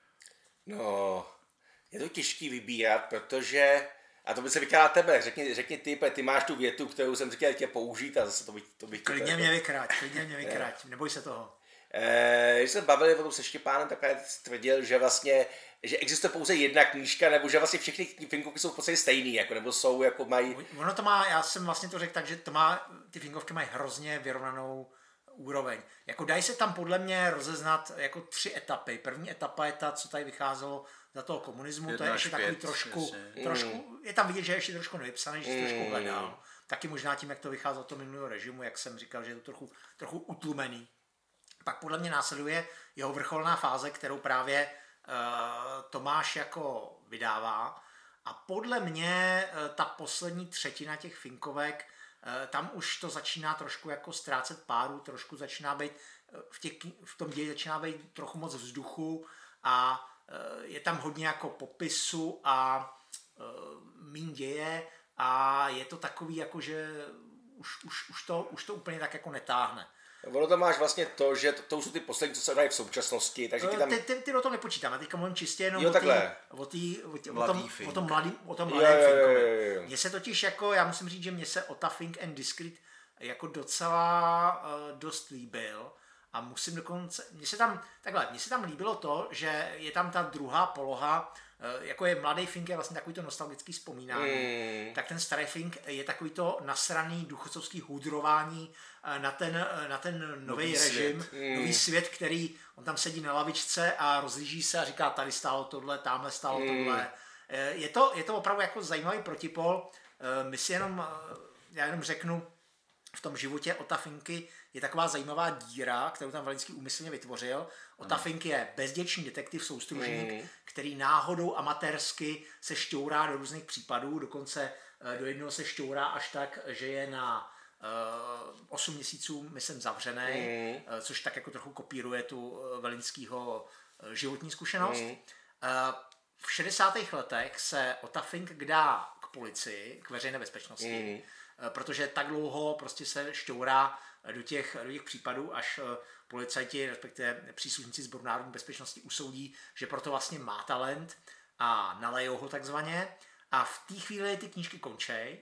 No, je to těžký vybírat, protože a to by se vykrát tebe, řekni ty máš tu větu, kterou jsem říkal tě použít a zase to bych klidně mě vykrať, neboj se toho. Když jsme bavili o tom se Štěpánem, tak já tvrdil, že vlastně, že existuje pouze jedna knížka, nebo že vlastně všechny Finkovky jsou v podstatě stejný, jako, nebo jsou, jako mají... Ono to má, já jsem vlastně to řekl tak, že to má, ty Finkovky mají hrozně vyrovnanou úroveň. Jako dají se tam podle mě rozeznat jako 3 etapy. První etapa je ta, co tady vycházelo za toho komunismu, to je ještě takový trošku, je tam vidět, že je ještě trošku nevypsaný, že se trošku hledal. Taky možná tím, jak to vycházelo od toho minulého režimu, jak jsem říkal, že je to trochu utlumený. Pak podle mě následuje jeho vrcholná fáze, kterou právě Tomáš jako vydává. A podle mě ta poslední třetina těch Finkovek, tam už to začíná trošku jako ztrácet páru, trošku začíná být, v tom ději začíná být trochu moc vzduchu a je tam hodně jako popisu a míň děje a je to takový jako, že už to úplně tak jako netáhne. Ono tam máš vlastně to, že to jsou ty poslední, co se dají v současnosti, takže ty tam... Ty do toho nepočítáme, teďka mluvím čistě jenom o tom mladém Finkovi. Mně se totiž jako, já musím říct, že mně se Ota Fink and Discreet jako docela dost líbil a musím dokonce, mně se tam líbilo to, že je tam ta druhá poloha, jako je mladý Fink je vlastně takový to nostalgický vzpomínání, tak ten starý Fink je takový to nasraný důchodcovský hudrování na ten nový režim, nový svět, který, on tam sedí na lavičce a rozlíží se a říká, tady stálo tohle, tamhle stálo tohle. Je to opravdu jako zajímavý protipol. Já jenom řeknu, v tom životě Ota Finky je taková zajímavá díra, kterou tam Velinský úmyslně vytvořil. Ota Fink je bezděčný detektiv, soustružník, který náhodou amatérsky se šťourá do různých případů, dokonce do jednoho se šťourá až tak, že je na 8 měsíců, myslím, zavřený, což tak jako trochu kopíruje tu Velinskýho životní zkušenost. V 60. letech se Ota Fink dá k policii, k veřejné bezpečnosti, protože tak dlouho prostě se šťourá do těch případů, až policajti, respektive příslušníci Sboru národní bezpečnosti usoudí, že proto vlastně má talent a nalejou ho takzvaně. A v té chvíli ty knížky končí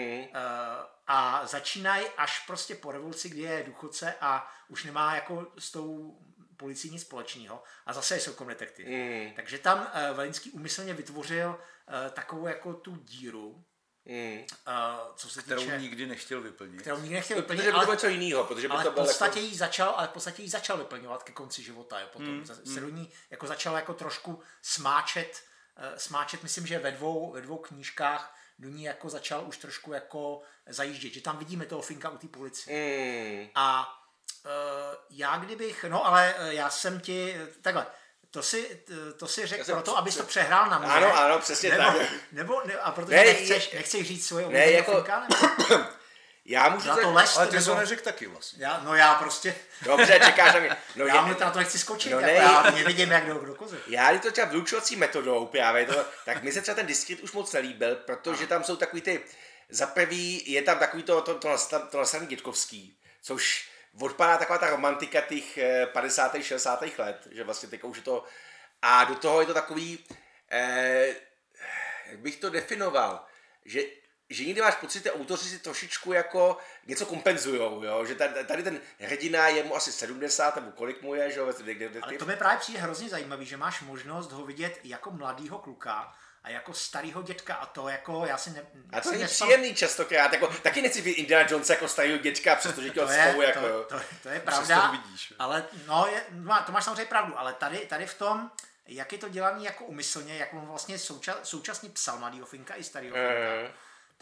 a začínají až prostě po revoluci, kdy je důchodce a už nemá jako s tou policií nic společného a zase je soukromý detektiv. Takže tam Velinský úmyslně vytvořil takovou jako tu díru, co se kterou týče, nikdy nechtěl vyplnit. Protože by to bylo něco jiného. Ale v podstatě ji začal vyplňovat ke konci života. Jo. Potom se do ní jako začal jako trošku smáčet Smáčet, myslím, že ve dvou knížkách do ní jako začal už trošku jako zajíždět, že tam vidíme toho Finka u té policie. A já kdybych, no ale já jsem ti, takhle, to si řekl proto, abys to přehrál na mě. Ano, přesně tak. A protože nechceš říct svoje oblíbeného jako, Finka? Já můžu ale ty jsi to neřekl taky vlastně. Já prostě... Dobře, čekáš na mě. No, já na to nechci skočit, já nevidím, jak do kozy. Já to třeba vyučovací metodou právě, tak mi se třeba ten diskret už moc nelíbil, protože tam jsou takový ty, za prvý je tam takový to nastavený dětkovský, což odpadá taková ta romantika těch 50. 60. let, že vlastně teďka už je to, a do toho je to takový, jak bych to definoval, že někdy máš pocit, že autoři si trošičku jako něco kompenzujou, jo? Že tady ten hrdina je mu asi 70, nebo kolik mu je, že jo? Ale to mi právě přijde hrozně zajímavý, že máš možnost ho vidět jako mladýho kluka a jako starýho dětka a to jako já si a to je příjemný častokrát, jako taky nechci být Indiana Jones jako starýho dětka, přestože tě odskou jako... To je pravda, vidíš, ale to máš samozřejmě pravdu, ale tady v tom, jak je to dělaný jako umyslně, jak on vlastně současně psal mladýho Finka i starýho Finka,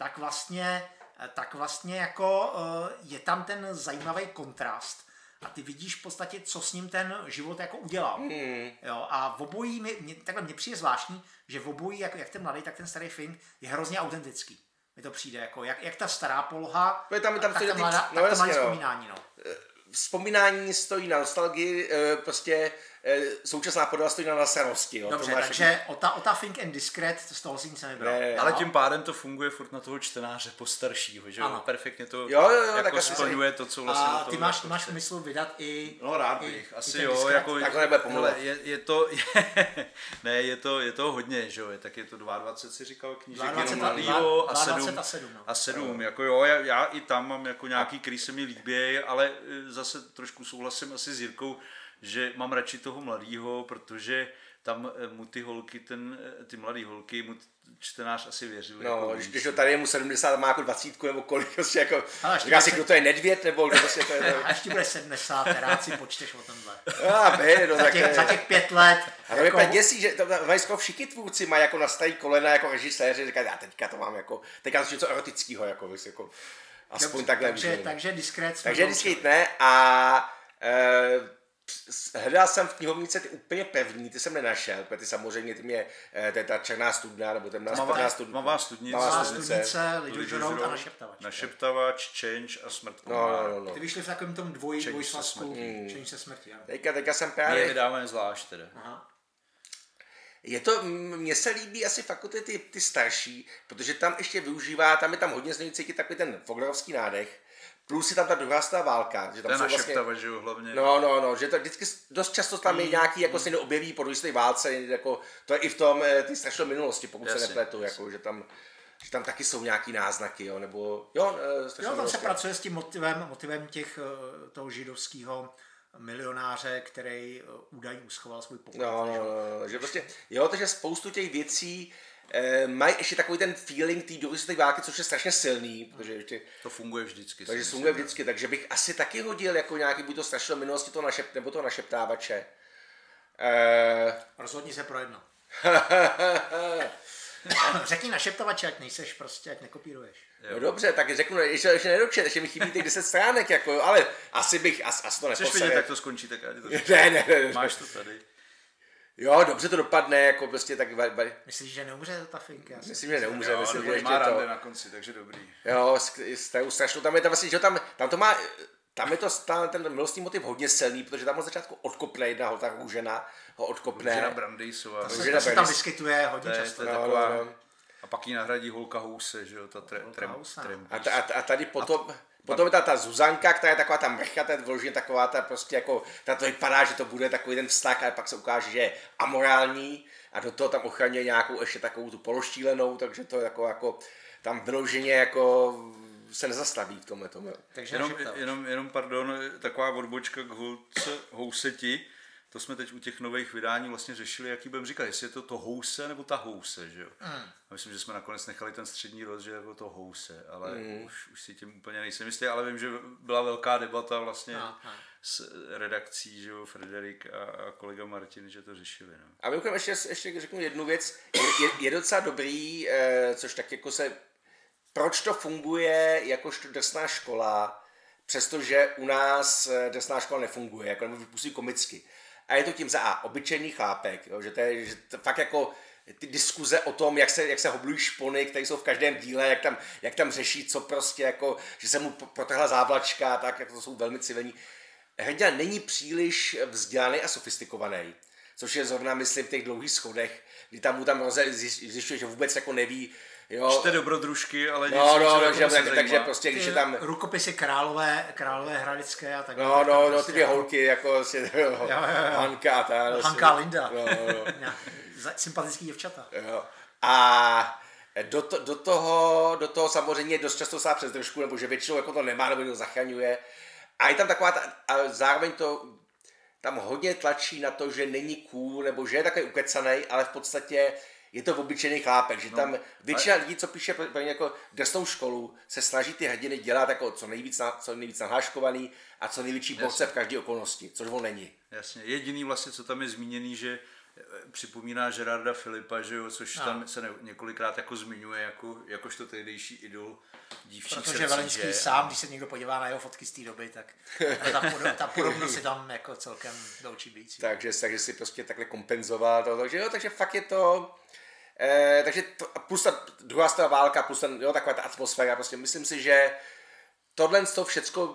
tak vlastně jako je tam ten zajímavý kontrast a ty vidíš v podstatě, co s ním ten život jako udělal. Jo, a v obojí, mně přijde zvláštní, že v obojí, jak ten mladý, tak ten starý Fink je hrozně autentický. Mi to přijde, jako jak ta stará poloha, tak ta mladá vzpomínání. No. Vzpomínání stojí na nostalgii, prostě současná podoba stojí na nasranosti. Dobře, takže Ota Fink and Discret, z toho si nic nevybral. Ale tím pádem to funguje furt na toho čtenáře postaršího, že jo? Perfektně to jako splňuje to, co vlastně... A ty máš v myslu vydat i... No rád bych, asi jo, jako... Tak to nebude pomluva. Je to... Ne, je to hodně, že jo? Tak je to 22, si říkal knížek, jenom mladýho a 7. Jako jo, já i tam mám jako nějaký, který se mi líbí, ale zase trošku souhlasím asi s Jirkou, že mám radši toho mladýho, protože tam mu ty holky, ty mladý holky, mu čtenář asi věřil. No, jako když to tady je mu 70 má jako 20 nebo kolik, prostě jako, říká si, kdo to je Nedvěd, nebo kdo prostě to je. A ještě bude 70, rád si počteš o tomhle. Za těch 5 let. A to mě děsí, že to všichni tvůrci mají jako na starý kolena jako režiséři, říkají, já teďka to mám jako, teďka to něco erotického, jako aspoň dobře, takhle takže diskret. Takže diskret ne a hledal jsem v knihovnice ty úplně pevný, ty jsem nenašel, protože ty samozřejmě to je ta černá studna, nebo temná studna. Mavá studnice, Lidl Road a Našeptavač. Našeptavač, Change a Smrt. No. Ty vyšli v takovém tom dvojsvazku Change se smrti. Teďka jsem právě... My je vydáváme zvlášť teda. Aha. Mně se líbí asi fakt ty starší, protože tam ještě využívá, tam je tam hodně znejcíky takový ten foglerovský nádech, plus je tam ta druhá světová válka. Že tam to je Našeptavač, že jo, hlavně. No, že to vždycky dost často tam je nějaký, jako se neobjeví po druhé světové válce, jako, to je i v tom ty strašné minulosti, pokud se nepletu, jako, že tam taky jsou nějaký náznaky, jo, nebo tam se pracuje s tím motivem toho židovského milionáře, který údajně uschoval svůj poklad. No, že prostě, takže spoustu těch věcí mají ještě takový ten feeling té druhé světové války, což je strašně silný, protože ještě... To funguje vždycky. Takže bych asi taky hodil jako nějaký buď to strašnou minulosti nebo to našeptávače. Rozhodni se pro jedno. Řekni Našeptavače, ať nejseš prostě, ať nekopíruješ. No dobře, tak řeknu, ještě nedočet, ještě mi chybí těch 10 stránek, jako, ale asi to neposadil. Chceš vidět, jak to skončí, tak já ti to ne. Máš to tady. Jo, dobře to dopadne, jako prostě tak... Myslíš, že neumře ta Finka? Myslím, že neumře, myslím, že ještě má rande na konci, takže dobrý. Jo, strašnou, tam je tam vlastně, že tam to má... Tam je ten milostný motiv hodně silný, protože tam od začátku odkopne jedna ta růžena, ho odkopne. Růžena Brandejsová. To se tam vyskytuje hodně často. A pak ji nahradí holka House, že jo, ta A tady potom je ta Zuzanka, která je taková ta mrcha, ta je vloženě taková ta prostě jako, ta to vypadá, že to bude takový ten vztah, ale pak se ukáže, že je amorální a do toho tam ochraňuje nějakou ještě takovou tu pološtílenou, takže to je jako tam vloženě jako se nezastaví v tomhle. Takže jenom pardon, taková odbočka k Houseti. to jsme teď u těch nových vydání vlastně řešili, jaký budeme říkat, jestli je to house nebo ta house, že jo. A myslím, že jsme nakonec nechali ten střední roz, že je to house, ale už si tím úplně nejsem jistý, ale vím, že byla velká debata vlastně s redakcí, že jo, Frederik a kolega Martin, že to řešili. No. A mimochodem ještě řeknu jednu věc, je docela dobrý, což tak jako proč to funguje jakožto drsná škola, přestože u nás drsná škola nefunguje, jako nebo vypustí komicky. A je to tím za A, obyčejný chlápek, jo, že to fakt jako ty diskuze o tom, jak se hoblují špony, které jsou v každém díle, jak tam řeší, co prostě jako, že se mu protrhla závlačka, tak jako to jsou velmi civilní. Hrdina není příliš vzdělaný a sofistikovaný, což je zrovna, myslím, v těch dlouhých schodech, kdy tam zjišťuje, že vůbec jako neví, jo. Čte dobrodružky, ale takže prostě, když je tam... Rukopisy králové Hradické a tak. Ty dvě holky, jako Hanka a ta. Hanka a Linda. Sympatický děvčata. Jo. A do toho samozřejmě dost často sá přes držku, nebo že většinou jako to nemá, nebo to zachraňuje. A je tam taková, a zároveň to tam hodně tlačí na to, že není cool, nebo že je takový ukecanej, ale v podstatě je to obyčejný chlápek, že tam většina lidí, co píše pro jako drsnou školu, se snaží ty hrdiny dělat jako co nejvíc nahláškovaný a co největší borce v každé okolnosti, což on není. Jasně, jediný vlastně, co tam je zmíněný, že připomíná Gerarda Filipa, že jo, což tam se několikrát jako zmiňuje jakožto tehdejší idol dívčích srdcí. Protože Velenský sám, když se někdo podívá na jeho fotky z té doby, tak ta podobnost je tam jako celkem do očí bijící. Takže si prostě takhle kompenzoval to, takže fakt je to... takže plus ta druhá světová válka, plus taková ta atmosféra, prostě myslím si, že tohle z toho všecko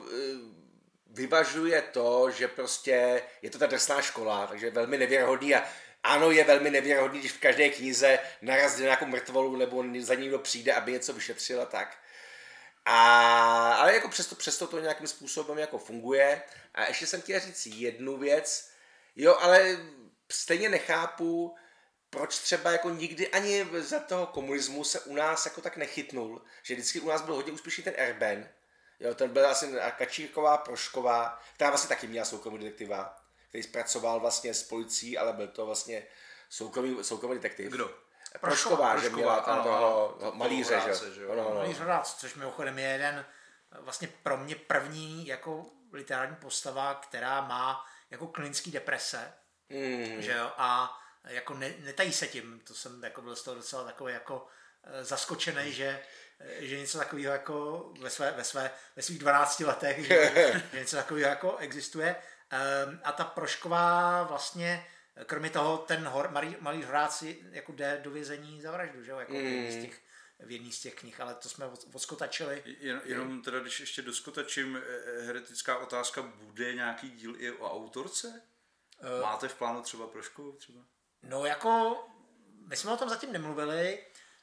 vyvažuje to, že prostě je to ta drsná škola, takže je velmi nevěrohodný a ano, je velmi nevěrohodný, když v každé knize narazí na nějakou mrtvolu nebo za někdo přijde, aby něco vyšetřil a tak. Ale jako přesto to nějakým způsobem jako funguje. A ještě jsem chtěl říct jednu věc. Jo, ale stejně nechápu, proč třeba jako nikdy ani za toho komunismu se u nás jako tak nechytnul, že vždycky u nás byl hodně úspěšný ten Erben. Jo, ten byl asi Kačírková, Prošková, která vlastně taky měla soukromý detektiva, který zpracoval vlastně s policií, ale byl to vlastně soukromý detektiv. Kdo? Prošková, že měla tam toho malíře, že jo. Malíř Horáce, což mimochodem je jeden vlastně pro mě první jako literární postava, která má jako klinický deprese, že jo, a jako netají se tím, to jsem jako byl z toho docela takový jako zaskočený, že něco takového jako ve svých 12 letech, že něco takového jako existuje. A ta Prošková vlastně, kromě toho, ten Malíř Horáci jako jde do vězení za vraždu, že jo, jako v jedný z těch knih, ale to jsme odskotačili. Jenom teda, když ještě doskotačím, heretická otázka, bude nějaký díl i o autorce? Máte v plánu třeba Proškovou třeba? No jako, my jsme o tom zatím nemluvili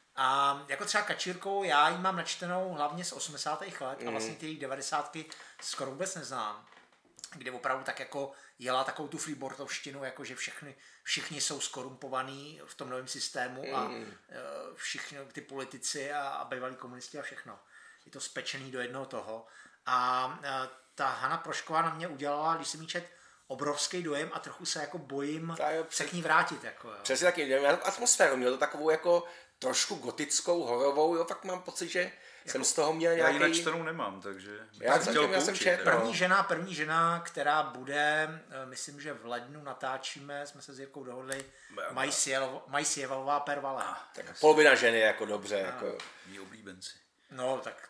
a jako třeba Kačírkovou, já ji mám načtenou hlavně z 80. let a vlastně ty 90. skoro vůbec neznám, kde opravdu tak jako jela takovou tu freebortovštinu, jako že všichni jsou skorumpovaní v tom novém systému a všichni ty politici a bývalí komunisti a všechno. Je to spečený do jednoho toho. A ta Hana Prošková na mě udělala, když jsem jí čet, obrovský dojem a trochu se jako bojím se k ní vrátit. Jako, jo. Přesně taky, já atmosféru, měl to takovou jako trošku gotickou, horovou, jo, fakt mám pocit, že jako, jsem z toho měl nějaký... Já ji načtenou nemám, takže... Já jsem čet, první žena, která bude, myslím, že v lednu natáčíme, jsme se s Jirkou dohodli, Majsievalová Pervalé. Tak polovina ženy jako dobře. Jako... Mí oblíbenci. No, tak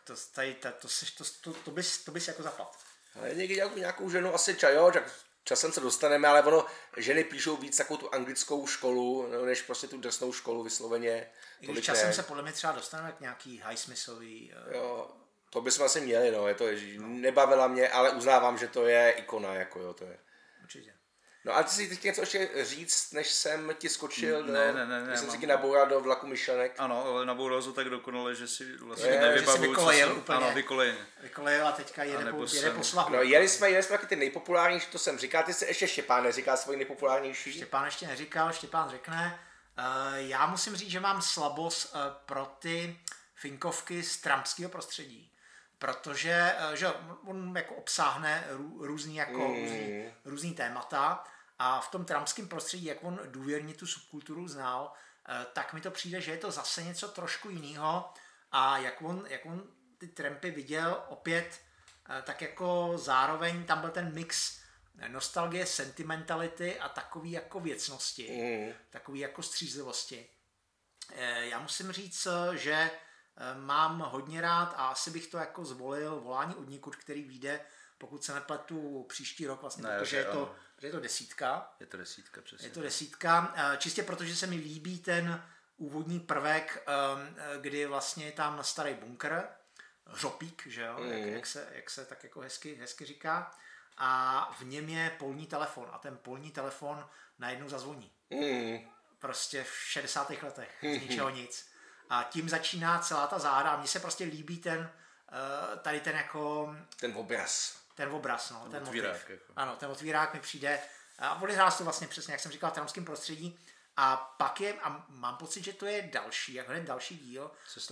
to bys jako zaplat. Ale někdy nějakou ženu asi časem se dostaneme, ale ono, ženy píšou víc takovou tu anglickou školu, než prostě tu drsnou školu vysloveně. I když časem se podle mě třeba dostaneme k nějaký Highsmithový... Jo, to bychom asi měli, no, nebavila mě, ale uznávám, že to je ikona, jako jo, to je. Určitě. No a ty si teď něco ještě říct, než jsem ti skočil, ne, jsem si ti naboural do vlaku myšlenek. Ano, ale naboural to tak dokonale, že si vlastně nevybavuju, co jsem... Úplně. Ano, vykolejeně. Vykolejil a teďka jede po slahu. No, jeli jsme taky ty nejpopulárnější, to jsem říkal, ty jsi ještě Štěpán neříkal svůj nejpopulárnější. Štěpán ještě neříkal, Štěpán řekne. Já musím říct, že mám slabost pro ty finkovky z trumpského prostředí. Protože že on jako obsáhne různý témata A v tom trumpském prostředí, jak on důvěrně tu subkulturu znal, tak mi to přijde, že je to zase něco trošku jiného a jak on ty Trumpy viděl opět, tak jako zároveň tam byl ten mix nostalgie, sentimentality a takový jako věcnosti, takový jako střízlivosti. Já musím říct, že mám hodně rád a asi bych to jako zvolil Volání odnikud, který vyjde, pokud se nepletu, příští rok vlastně, protože je to 10. Je to 10, přesně. Je to 10. Čistě protože se mi líbí ten úvodní prvek, kdy vlastně je tam starý bunkr, řopík, že jo, jak se tak jako hezky říká, a v něm je polní telefon a ten polní telefon najednou zazvoní. Prostě v 60. letech, z ničeho nic. A tím začíná celá ta záhada a mně se prostě líbí tady ten jako... Ten obraz, no, ten otvírák, motiv. jako. Ano, ten otvírák mi přijde a odehrál to vlastně přesně, jak jsem říkal, v trumpském prostředí. A pak a mám pocit, že to je další díl.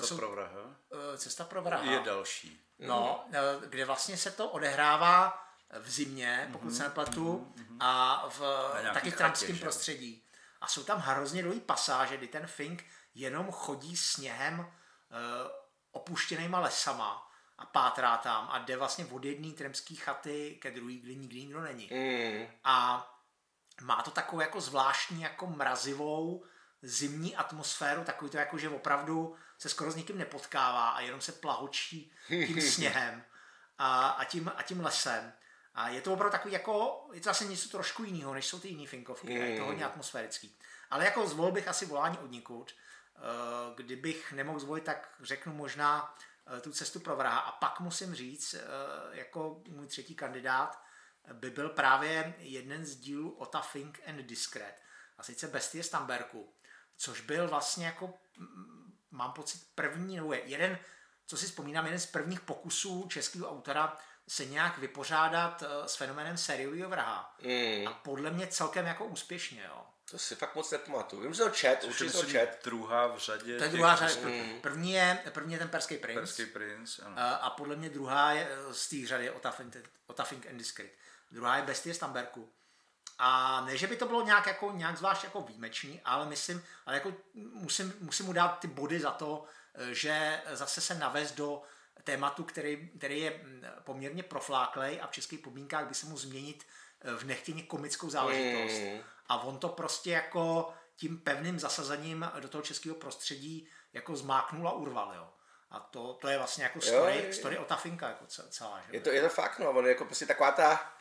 Cesta pro vraha. Je další. No, kde vlastně se to odehrává v zimě, pokud se nepletu, a taky v trumpském prostředí. A jsou tam hrozně dlouhý pasáže, kdy ten Fink jenom chodí sněhem opuštěnýma lesama a pátrá tam a jde vlastně od jedné trumpské chaty ke druhé, kde nikdy nikdo není. A má to takovou jako zvláštní jako mrazivou zimní atmosféru, takový to jako, že opravdu se skoro s nikým nepotkává a jenom se plahočí tím sněhem a tím lesem. A je to opravdu takový jako, je to zase něco trošku jiného, než jsou ty jiný Finkovky, je to hodně atmosférický. Ale jako zvolil bych asi Volání odnikud, kdybych nemohl zvolit, tak řeknu možná tu Cestu pro vraha. A pak musím říct, jako můj třetí kandidát by byl právě jeden z dílů Otta Fink and Discret, a sice Bestie Stamberku, což byl vlastně jako, mám pocit, první, nebo jeden, co si vzpomínám, jeden z prvních pokusů českého autora se nějak vypořádat s fenoménem sériového vraha. A podle mě celkem jako úspěšně, jo. To si fakt moc nepamatuju. Vím, že to čet, určitě to čet. Druhá v řadě. To je druhá řada. První je ten Perský princ, ano. A podle mě druhá je z té řady Otta Fink and Discret. Druhá je Bestie Stamberku. A ne, že by to bylo nějak zvlášť jako výjimečný, ale jako musím mu dát ty body za to, že zase se navést do tématu, který je poměrně profláklej a v českých podmínkách by se mu změnit v nechtěně komickou záležitost. A on to prostě jako tím pevným zasazením do toho českého prostředí jako zmáknul a urval, jo. A to je vlastně jako story Otta Finka jako celá. Že? Je to fakt, no, on je jako prostě taková ta,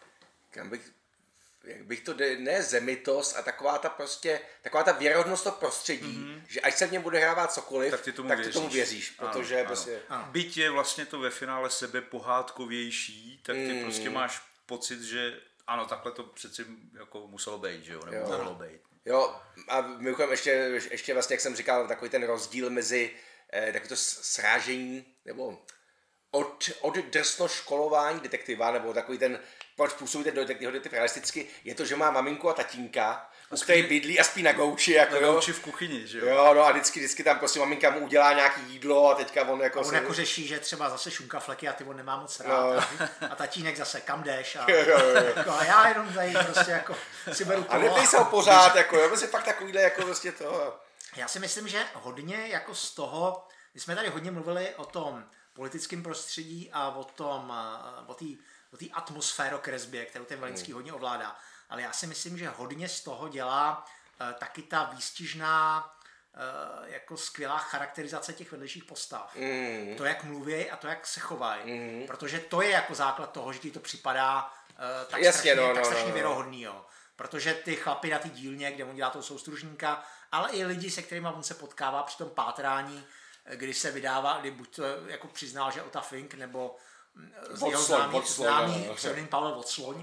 jak bych to, ne zemitost a taková ta věrohodnost toho prostředí, že ať se v něm bude hrávat cokoliv, tak ty tomu věříš, protože ano, prostě... Ano. Byť je vlastně to ve finále sebe pohádkovější, tak ty prostě máš pocit, že ano, takhle to přeci jako muselo být, že jo, nebo mohlo být. Jo, a mimochodem ještě vlastně, jak jsem říkal, takový ten rozdíl mezi takový to srážení, nebo od drsnoškolování detektiva, nebo takový ten, proč působí ten detektiv realisticky, je to, že má maminku a tatínka, u kterých bydlí a spí na gauči. Jako, na gauči v kuchyni, že jo? Jo, no a vždycky tam prostě maminka mu udělá nějaký jídlo a teďka on jako... A on jako řeší, že třeba zase šunkafleky a ty on nemá moc rád. A tatínek zase, kam jdeš? A já jenom tady prostě jako si beru to. A nepej se ho pořád, jako jo, prostě fakt takovýhle jako prostě to. Já si myslím, že hodně jako z toho, my jsme tady hodně mluvili o tom politickém prostředí a o té atmosférokresbě, kterou ten Velinský hodně ovládá. Ale já si myslím, že hodně z toho dělá taky ta výstižná, jako skvělá charakterizace těch vedlejších postav. To, jak mluví a to, jak se chovají. Protože to je jako základ toho, že ti to připadá tak strašně věrohodný. Jo. Protože ty chlapy na ty dílně, kde on dělá toho soustružníka, ale i lidi, se kterými on se potkává při tom pátrání, kdy se vydává, kdy buď to jako přiznal, že Otta Fink, nebo jeho známý pseudonym Pavel Vocloň,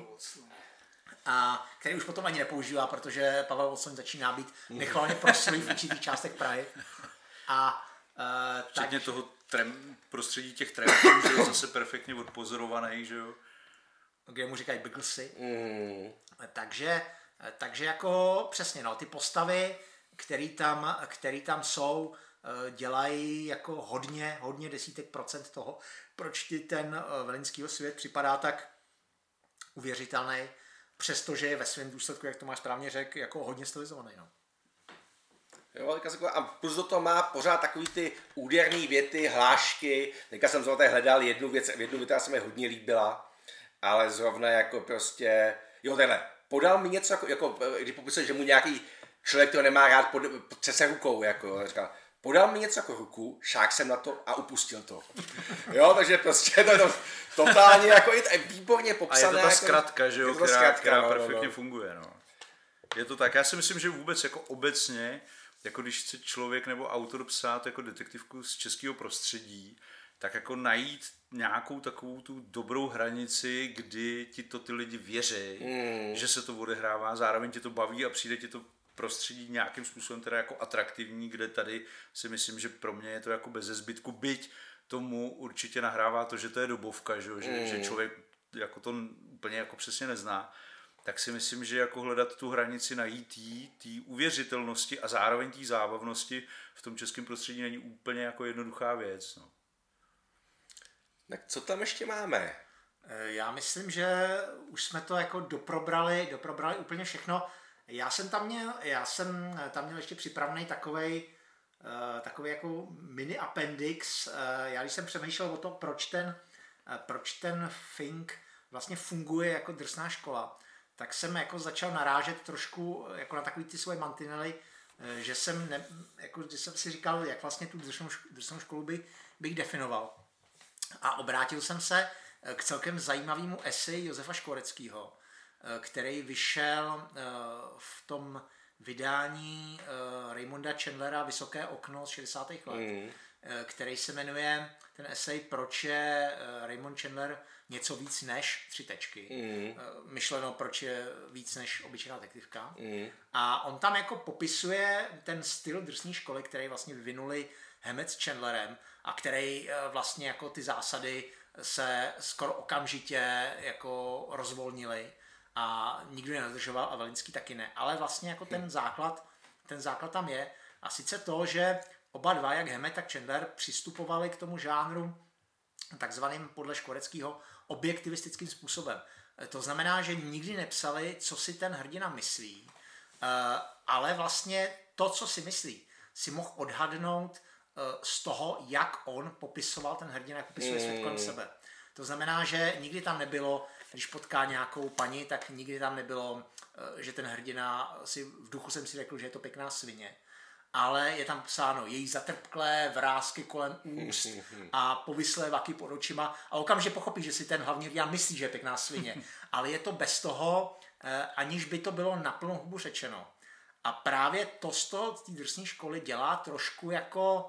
a který už potom ani nepoužívá, protože Pavel Vocloň začíná být nechvalně proslý v určitých částech Prahy. Včetně toho prostředí těch trampů, že je zase perfektně odpozorovaný, že jo? Kde mu říkají Bigglesy. Takže jako přesně, no, ty postavy, který tam jsou, dělají jako hodně desítek procent toho, proč ti ten Velinskýho svět připadá tak uvěřitelný. přestože je ve svém důsledku, jak to máš správně řekl, jako hodně stylizovaný. No. Jo, a plus do toho má pořád takový ty úderný věty, hlášky. Teďka jsem zrovna hledal jednu věc která se mi hodně líbila, ale zrovna jako prostě, jo tenhle, podal mi něco, jako když popisuje, že mu nějaký člověk, který nemá rád, třese rukou, jako říkal, podal mi něco jako ruku, šák jsem na to a upustil to. Jo, takže prostě to je to totálně jako výborně popsané. A je to ta jako, zkratka, že jo, která perfektně funguje, no. Je to tak, já si myslím, že vůbec jako obecně, jako když chce člověk nebo autor psát jako detektivku z českého prostředí, tak jako najít nějakou takovou tu dobrou hranici, kdy ti to ty lidi věří, že se to odehrává, zároveň tě to baví a přijde ti to prostředí nějakým způsobem teda jako atraktivní, kde tady si myslím, že pro mě je to jako beze zbytku, byť tomu určitě nahrává to, že to je dobovka, že člověk jako to úplně jako přesně nezná, tak si myslím, že jako hledat tu hranici, najít té uvěřitelnosti a zároveň té zábavnosti v tom českém prostředí není úplně jako jednoduchá věc. No. Tak co tam ještě máme? Já myslím, že už jsme to jako doprobrali úplně všechno. Já jsem tam měl ještě připravený takovej jako mini appendix. Já když jsem přemýšlel o tom, proč ten Fink vlastně funguje jako drsná škola, tak jsem jako začal narážet trošku jako na takový ty svoje mantinely, že jsem si říkal, jak vlastně tu drsnou školu bych definoval. A obrátil jsem se k celkem zajímavému eseji Josefa Škvoreckého, který vyšel v tom vydání Raymonda Chandlera Vysoké okno z 60. let, který se jmenuje ten esej Proč je Raymond Chandler něco víc než 3 tečky. Myšleno, proč je víc než obyčejná detektivka. A on tam jako popisuje ten styl drsné školy, který vlastně vyvinuli Hammett s Chandlerem a který vlastně jako ty zásady se skoro okamžitě jako rozvolnily a nikdo je nedržoval a Velinský taky ne. Ale vlastně jako ten základ tam je a sice to, že oba dva, jak Hammett, tak Chandler, přistupovali k tomu žánru takzvaným podle Škvoreckého objektivistickým způsobem. To znamená, že nikdy nepsali, co si ten hrdina myslí, ale vlastně to, co si myslí, si mohl odhadnout z toho, jak on popisoval ten hrdina, jak popisuje svět kolem sebe. To znamená, že nikdy tam nebylo, když potká nějakou paní, tak nikdy tam nebylo, že ten hrdina si v duchu jsem si řekl, že je to pěkná svině. Ale je tam psáno její zatrpklé vrásky kolem úst a povislé vaky pod očima a okamžitě pochopí, že si ten hlavní hrdina myslí, že je pěkná svině. Ale je to bez toho, aniž by to bylo na plnou hubu řečeno. A právě to z té drsné školy dělá trošku jako,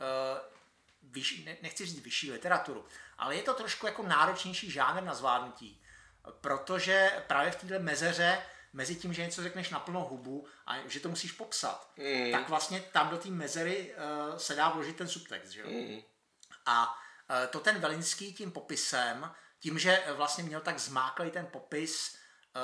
nechci říct vyšší literaturu, ale je to trošku jako náročnější žánr na zvládnutí. Protože právě v této mezeře mezi tím, že něco řekneš na plnou hubu a že to musíš popsat, tak vlastně tam do té mezery se dá vložit ten subtext. Že? A to ten Velinský tím popisem, tím, že vlastně měl tak zmáklej ten popis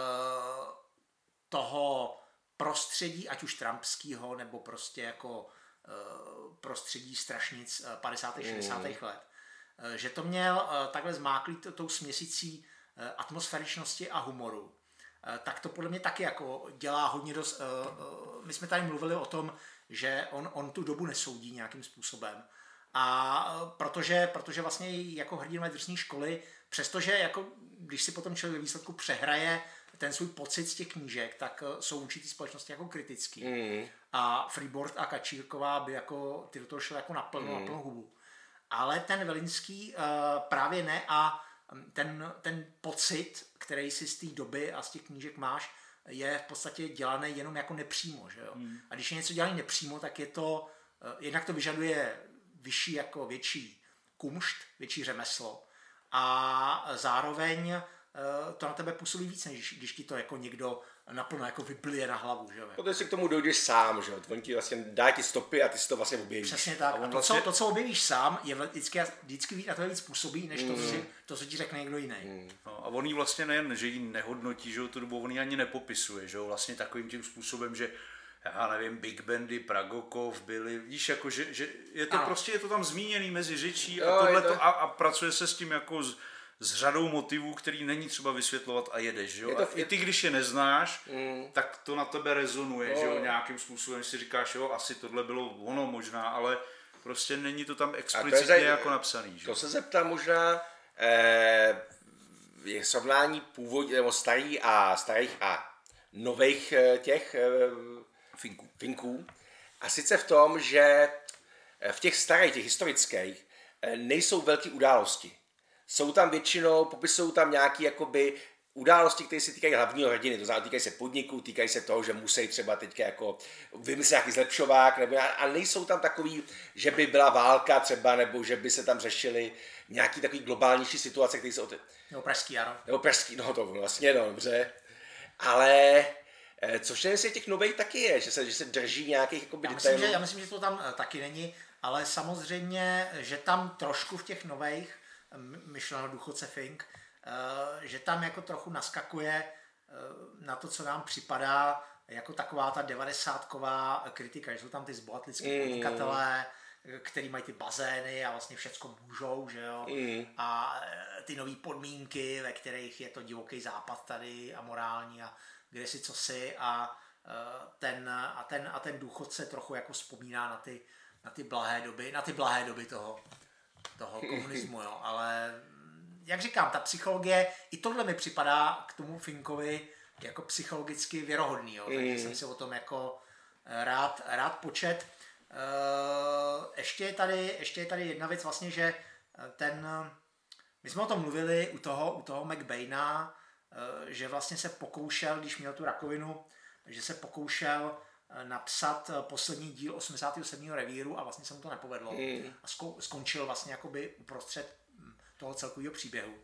toho prostředí, ať už trumpského, nebo prostě jako prostředí strašnic 50. 60. let, že to měl takhle zmáklý tou směsicí atmosféričnosti a humoru. Tak to podle mě taky jako dělá hodně dost. My jsme tady mluvili o tom, že on tu dobu nesoudí nějakým způsobem. A protože vlastně jako hrdinové drsné školy, přestože jako když si potom člověk ve výsledku přehraje ten svůj pocit z těch knížek, tak jsou určitý společnosti jako kritický. A Freeboard a Kačírková by jako ty do toho šly jako na plnou hubu. Ale ten Velinský právě ne a ten pocit, který si z té doby a z těch knížek máš, je v podstatě dělaný jenom jako nepřímo. Že jo? A když je něco dělaný nepřímo, tak je to, jednak to vyžaduje větší kumšt, větší řemeslo a zároveň to na tebe působí víc, než když ti to jako někdo naplno jako vyblije na hlavu. Že? Protože si k tomu dojdeš sám, že? On ti vlastně dá ti stopy a ty si to vlastně objevíš. Přesně tak. A to, co objevíš sám, je vždycky na to víc působí, než to, co ti řekne někdo jiný. No, a on jí vlastně nejen, že ji nehodnotí, že tu dobu, on ji ani nepopisuje, že vlastně takovým tím způsobem, že já nevím, big bandy, Pragokov byli, víš, jako, že je to prostě, je to tam zmíněný mezi řečí a tohleto a pracuje se s tím jako s řadou motivů, který není třeba vysvětlovat a jedeš, že jo? I ty, když je neznáš, tak to na tebe rezonuje, že jo? Nějakým způsobem si říkáš, jo, asi tohle bylo ono možná, ale prostě není to tam explicitně jako napsaný, že? To se zeptám možná, je srovnání původní, nebo starých a nových těch finků. A sice v tom, že v těch starých, těch historických, nejsou velké události. Jsou tam většinou, popisují tam nějaké jakoby události, které se týkají hlavního hrdiny, to znamená, týkají se podniků, týkají se toho, že musí třeba teďka jako vymyslet nějaký zlepšovák, nebo, a nejsou tam takový, že by byla válka třeba, nebo že by se tam řešily nějaký takový globálnější situace, které se Nebo pražský jaro. Nebo pražský, no to vlastně, no dobře. Ale což nevím, těch nových taky je, že se drží nějakých jakoby detailů. Já myslím, že to tam taky není, ale samozřejmě, že tam trošku v těch nových, myšleno důchodce Fink, že tam jako trochu naskakuje na to, co nám připadá jako taková ta 90ková kritika, že jsou tam ty zbohatlický podnikatelé, který mají ty bazény a vlastně všecko můžou, že jo, a ty nové podmínky, ve kterých je to divoký západ tady a morální a kde si co si a ten důchodce trochu jako vzpomíná na ty blahé doby toho komunismu, jo, ale jak říkám, ta psychologie, i tohle mi připadá k tomu Finkovi jako psychologicky věrohodný, jo, takže jsem si o tom jako rád počet. Ještě je tady jedna věc vlastně, že my jsme o tom mluvili u toho McBaina, že vlastně se pokoušel, když měl tu rakovinu, že se pokoušel napsat poslední díl 87. revíru a vlastně se mu to nepovedlo a skončil vlastně jakoby uprostřed toho celkového příběhu.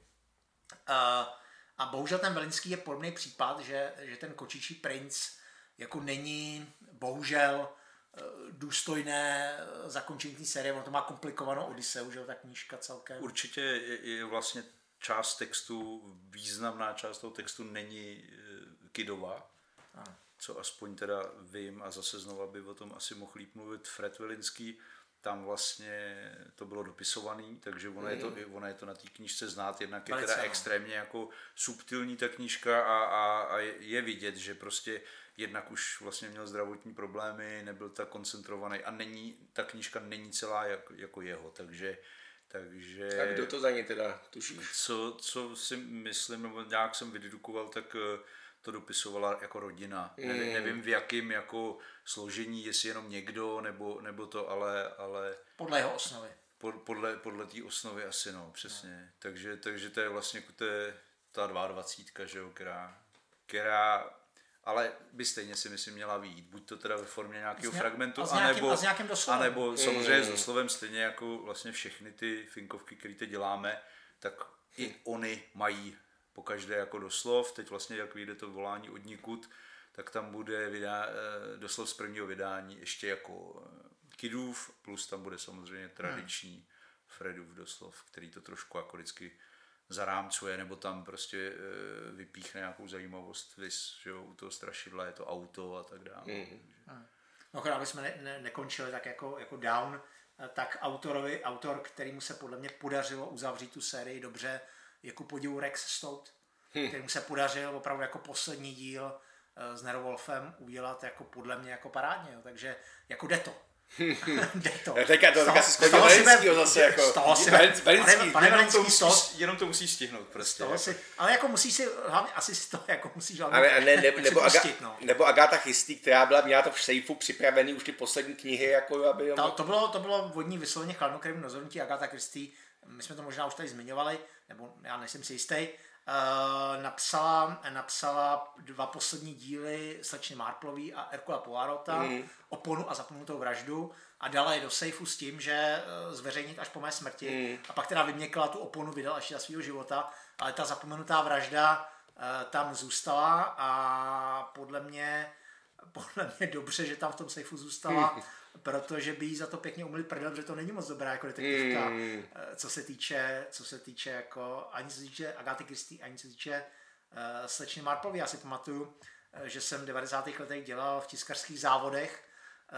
A bohužel ten Velinský je podobný případ, že ten Kočičí princ jako není bohužel důstojné zakončení té série, ono to má komplikovanou Odiseu, že ta knížka celkem. Určitě je vlastně část textu, významná část toho textu není kidová, co aspoň teda vím a zase znova by o tom asi mohl líp mluvit Fred Velinský, tam vlastně to bylo dopisovaný, takže ono je to na té knížce znát, jednak je teda extrémně jako subtilní ta knížka a je vidět, že prostě jednak už vlastně měl zdravotní problémy, nebyl tak koncentrovaný a ta knížka není celá jako jeho, takže a kdo to za ně teda tuší? Co si myslím, nebo nějak jsem vydedukoval, tak to dopisovala jako rodina. Nevím v jakém jako složení, jestli jenom někdo, nebo to, ale podle jeho osnovy. Podle té osnovy asi, no, přesně. No. Takže to je vlastně ta 22, že jo, která ale by stejně si myslím měla vyjít. Buď to teda ve formě nějakého fragmentu, anebo samozřejmě s doslovem, stejně jako vlastně všechny ty finkovky, které teď děláme, tak i oni mají pokaždé jako doslov. Teď vlastně, jak vyjde to volání od nikud, tak tam bude doslov z prvního vydání ještě jako Kidův, plus tam bude samozřejmě tradiční Fredův doslov, který to trošku jako vždycky zarámcuje, nebo tam prostě vypíchne nějakou zajímavost, že jo, u toho strašidla je to auto a tak dále. No, aby jsme nekončili tak jako down, tak autor, kterému se podle mě podařilo uzavřít tu sérii dobře, je ku podivu Rex Stout, kterému se podařilo opravdu jako poslední díl s Nero Wolfem udělat jako podle mě jako parádně, jo. Takže jako jde to. Teďka si skončil Velinskýho zase jako. Pane Velinský, jenom to musí stihnout prostě. Ale jako musíš si, hlavně asi si to jako musíš nebo Agatha Christie, která měla to v sejfu připravený už ty poslední knihy, jako aby... To bylo vodní vysloveně chladnokrevné rozhodnutí Agatha Christie, my jsme to možná už tady zmiňovali, nebo já nejsem si jistý, napsala 2 poslední díly Slečny Marplový a Hercula Poirota, Oponu a zapomenutou vraždu a dala je do sejfu s tím, že zveřejnit až po mé smrti a pak teda vyměkla tu Oponu, vydala ještě za svého života, ale ta zapomenutá vražda tam zůstala a podle mě dobře, že tam v tom sejfu zůstala, protože by jí za to pěkně umyli prdel, protože to není moc dobrá jako detektivka, co se týče jako, ani co se týče Agathy Christie, ani co se týče Slečny Marplový. Já si pamatuju, že jsem v 90. letech dělal v tiskařských závodech,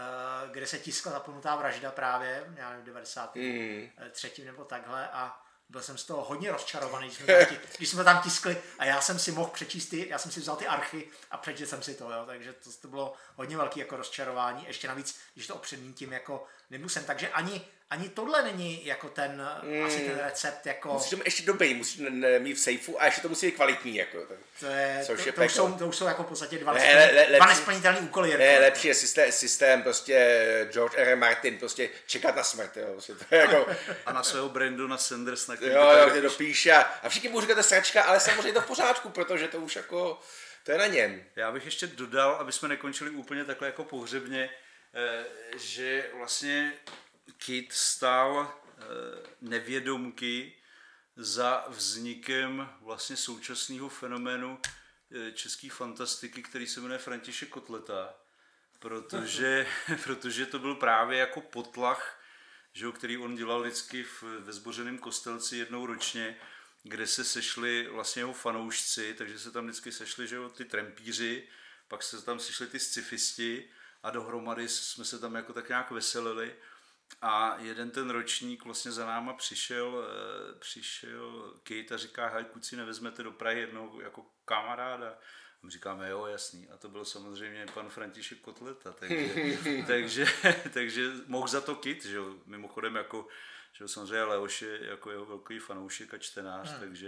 kde se tiskla zapomenutá vražda právě, v 93. nebo takhle a Byl jsem z toho hodně rozčarovaný, když jsme tam tiskli a já jsem si mohl přečíst já jsem si vzal ty archy a přečetl jsem si to, jo, takže to bylo hodně velký jako rozčarování, ještě navíc, když to opředmítím jako nemusím, takže ani tohle není jako asi ten recept jako... Musíš to ještě dobrý, musíš mít v sejfu a ještě to musí být kvalitní, jako. To už jsou jako v podstatě dva nesplnitelný úkoly. Ne, lepší je systém prostě George R. Martin, prostě čekat na smrt, jo, prostě to je jako... A na svého Brandona Sandersa, jo, ty dopíše a všichni budou říkat, to je sračka, ale samozřejmě je to v pořádku, protože to už jako, to je na něm. Já bych ještě dodal, aby jsme nekončili úplně takhle jako pohřebně, že vlastně Kid stál nevědomky za vznikem vlastně současného fenoménu české fantastiky, který se jmenuje František Kotleta, protože to byl právě jako potlach, že, který on dělal vždycky ve Zbořeném Kostelci jednou ročně, kde se sešli vlastně jeho fanoušci, takže se tam vždycky sešli, že, ty trampíři, pak se tam sešli ty scifisti a dohromady jsme se tam jako tak nějak veselili. A jeden ten ročník vlastně za náma přišel Kate a říká, hej, kuci, nevezmete do Prahy jednoho jako kamaráda? A my říkáme, jo, jasný. A to byl samozřejmě pan František Kotleta, takže mohl za to Kit, že jo, mimochodem jako, že jo, samozřejmě Leoš je jako jeho velký fanoušek a čtenář,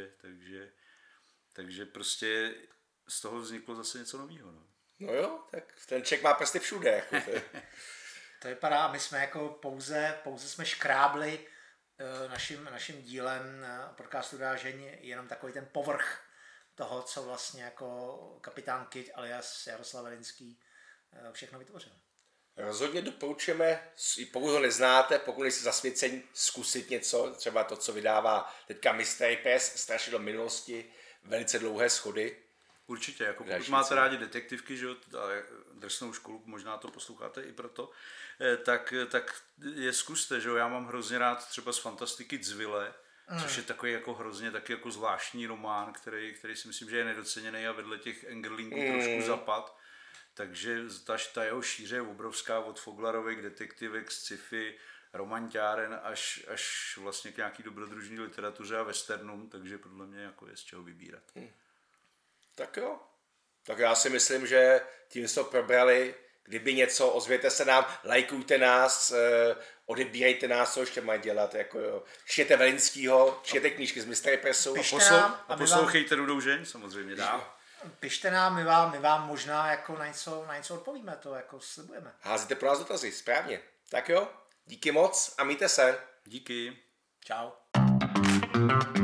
takže prostě z toho vzniklo zase něco nového. No jo, tak ten Čech má prsty všude, jako To vypadá, my jsme jako pouze jsme škrábli naším dílem podcastu Drážeň jenom takový ten povrch toho, co vlastně jako kapitán Kid alias Jaroslav Velinský všechno vytvořil. Rozhodně doporučujeme, pokud ho neznáte, pokud jste zasvěcení, zkusit něco, třeba to, co vydává teďka Mystery Press, Strašidlo minulosti, velice dlouhé schody. Určitě, jako pokud máte rádi detektivky, že jo, Drsnou školu, možná to posloucháte i proto, tak je zkuste, že jo, já mám hrozně rád třeba z fantastiky Dzvile, což je takový jako hrozně taky jako zvláštní román, který si myslím, že je nedoceněný a vedle těch Engerlingů trošku zapad. Takže ta jeho šíře je obrovská od Foglarovek, detektivek, sci-fi, romantiáren až vlastně k nějaký dobrodružní literatuře a westernům, takže podle mě jako je z čeho vybírat. Tak jo. Tak já si myslím, že tím jsme to probrali. Kdyby něco, ozvěte se nám, lajkujte nás, odebírejte nás, co ještě mají dělat. Jako jo. Čtěte Velinskýho, čtěte knížky z Mystery Pressu. A poslouchejte Rudou žen, samozřejmě dál. Pište nám, my vám možná jako na něco odpovíme, to jako slibujeme. Házíte pro nás dotazy, správně. Tak jo, díky moc a mějte se. Díky. Čau.